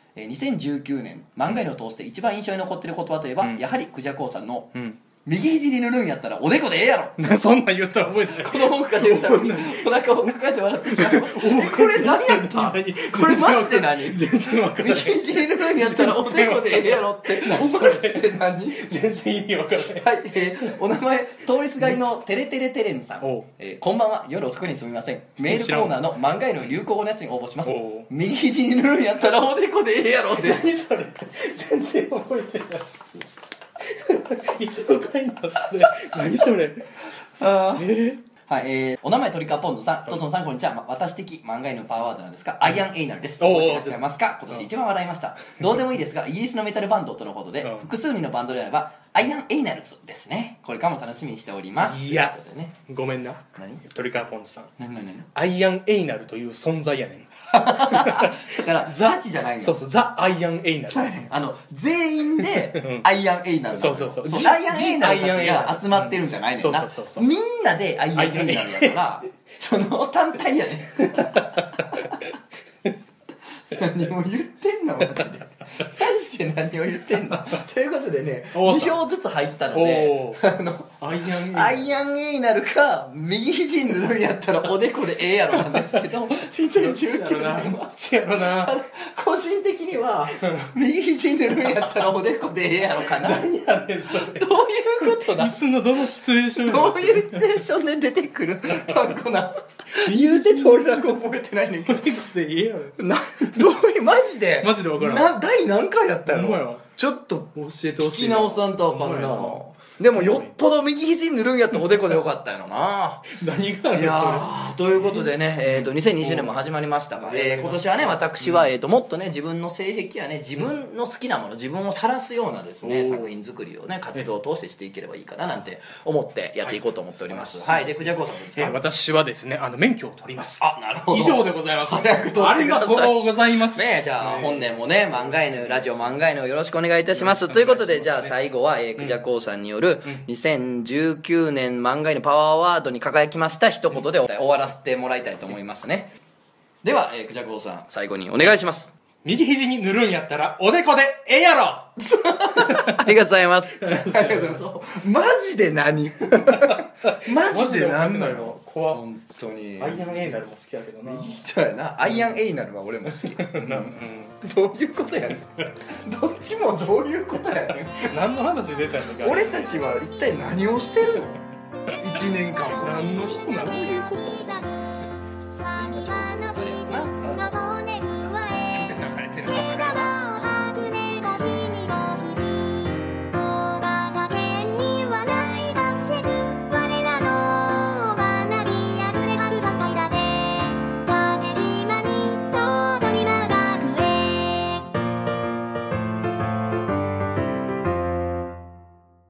。2019年漫画へのを通して一番印象に残っている言葉といえば、やはりクジャコウさんの右肘に塗るんやったらおでこでええやろ。 そんなん言ったら覚えてない。 この本から言うたのにお腹を抱えて笑ってしまいます。これ何やったこれマジで何。 全然わからない。 右肘に塗るんやったらおでこでええやろってマジで何。 全然意味わからない。 はい、お名前通りすがりのテレテレテレンさん。こんばんは。夜遅くにすみません。メールコーナーの漫画への流行語のやつに応募します。右肘に塗るんやったらおでこでええやろって。 何それ。全然覚えてない。いつの回なんそれ。何それ。 はい、お名前トリカポンドさん、トツノさんこんにちは。私的漫画へのパワーワードなんですが、アイアンエイナルです。覚えていらっしゃいますか。今年一番笑いました。どうでもいいですが、イギリスのメタルバンドとのことで、複数人のバンドであればアイアンエイナルズですね。これからも楽しみにしております。 いやごめんな。トリカポンドさん、アイアンエイナルという存在やねん。 だからザチじゃないの。 そうそう、ザ・アイアンエイナル。 全員でアイアンエイナル。 そうそうそう。 アイアンエイナルたちが集まってるんじゃないねんな。みんなでアイアンエイナルやから単体やねん。何も言ってんのマジで。マジて何を言ってんのということでね、 終わった 2票ずつ入ったので、 アイアンアイアン A になるか、右肘に塗るんやったらおでこでええやろなんですけど、2019年は、ただ個人的には、右肘に塗るんやったらおでこでええやろかな。 何やねんそれ。 どういうことだいつのどのシチュエーションどういうシチュエーションで出てくる単語な。言うてて俺らが覚えてないねんけど。 おでこでええやろ。 どういう、マジでマジで分からん。 第何回やったほんまやのちょっと教えてほしい聞き直さんとあかんほんまやな。でもよっぽど右肘に塗るんやったらおでこでよかったやろな。い何があるのやー、ということでね、2020年も始まりましたが、今年はね、私は、もっとね、自分の性癖やね、自分の好きなもの、自分を晒すようなですね、作品作りをね、活動を通してしていければいいかななんて思ってやっていこうと思っております。はい、で、クジャコウさんですか？ 私はですね、免許を取ります。 あ、なるほど。 以上でございます。 早く取ってください。 ありがとうございます。 ね、じゃあ本年もね、漫画犬、ラジオ漫画犬をよろしくお願いいたします。ということで、じゃあ最後は、クジャコウさんによる、2019年漫画犬パワーアワードに輝きました一言で終わらせてもらいたいと思いますね。では、クジャコウさん、最後にお願いします。 右肘に塗るんやったら、おでこでええやろありがとうございます。ありがとうございます。マジで何マジで何なの怖っ。 本当に。 アイアンエイナルも好きやけどな。 そうやな。アイアンエイナルは俺も好き。どういうことやねん。どっちもどういうことやねん。 何の話出たんだか。 俺たちは一体何をしてるの ?1 年間も。 何の人なの？ どういうこと？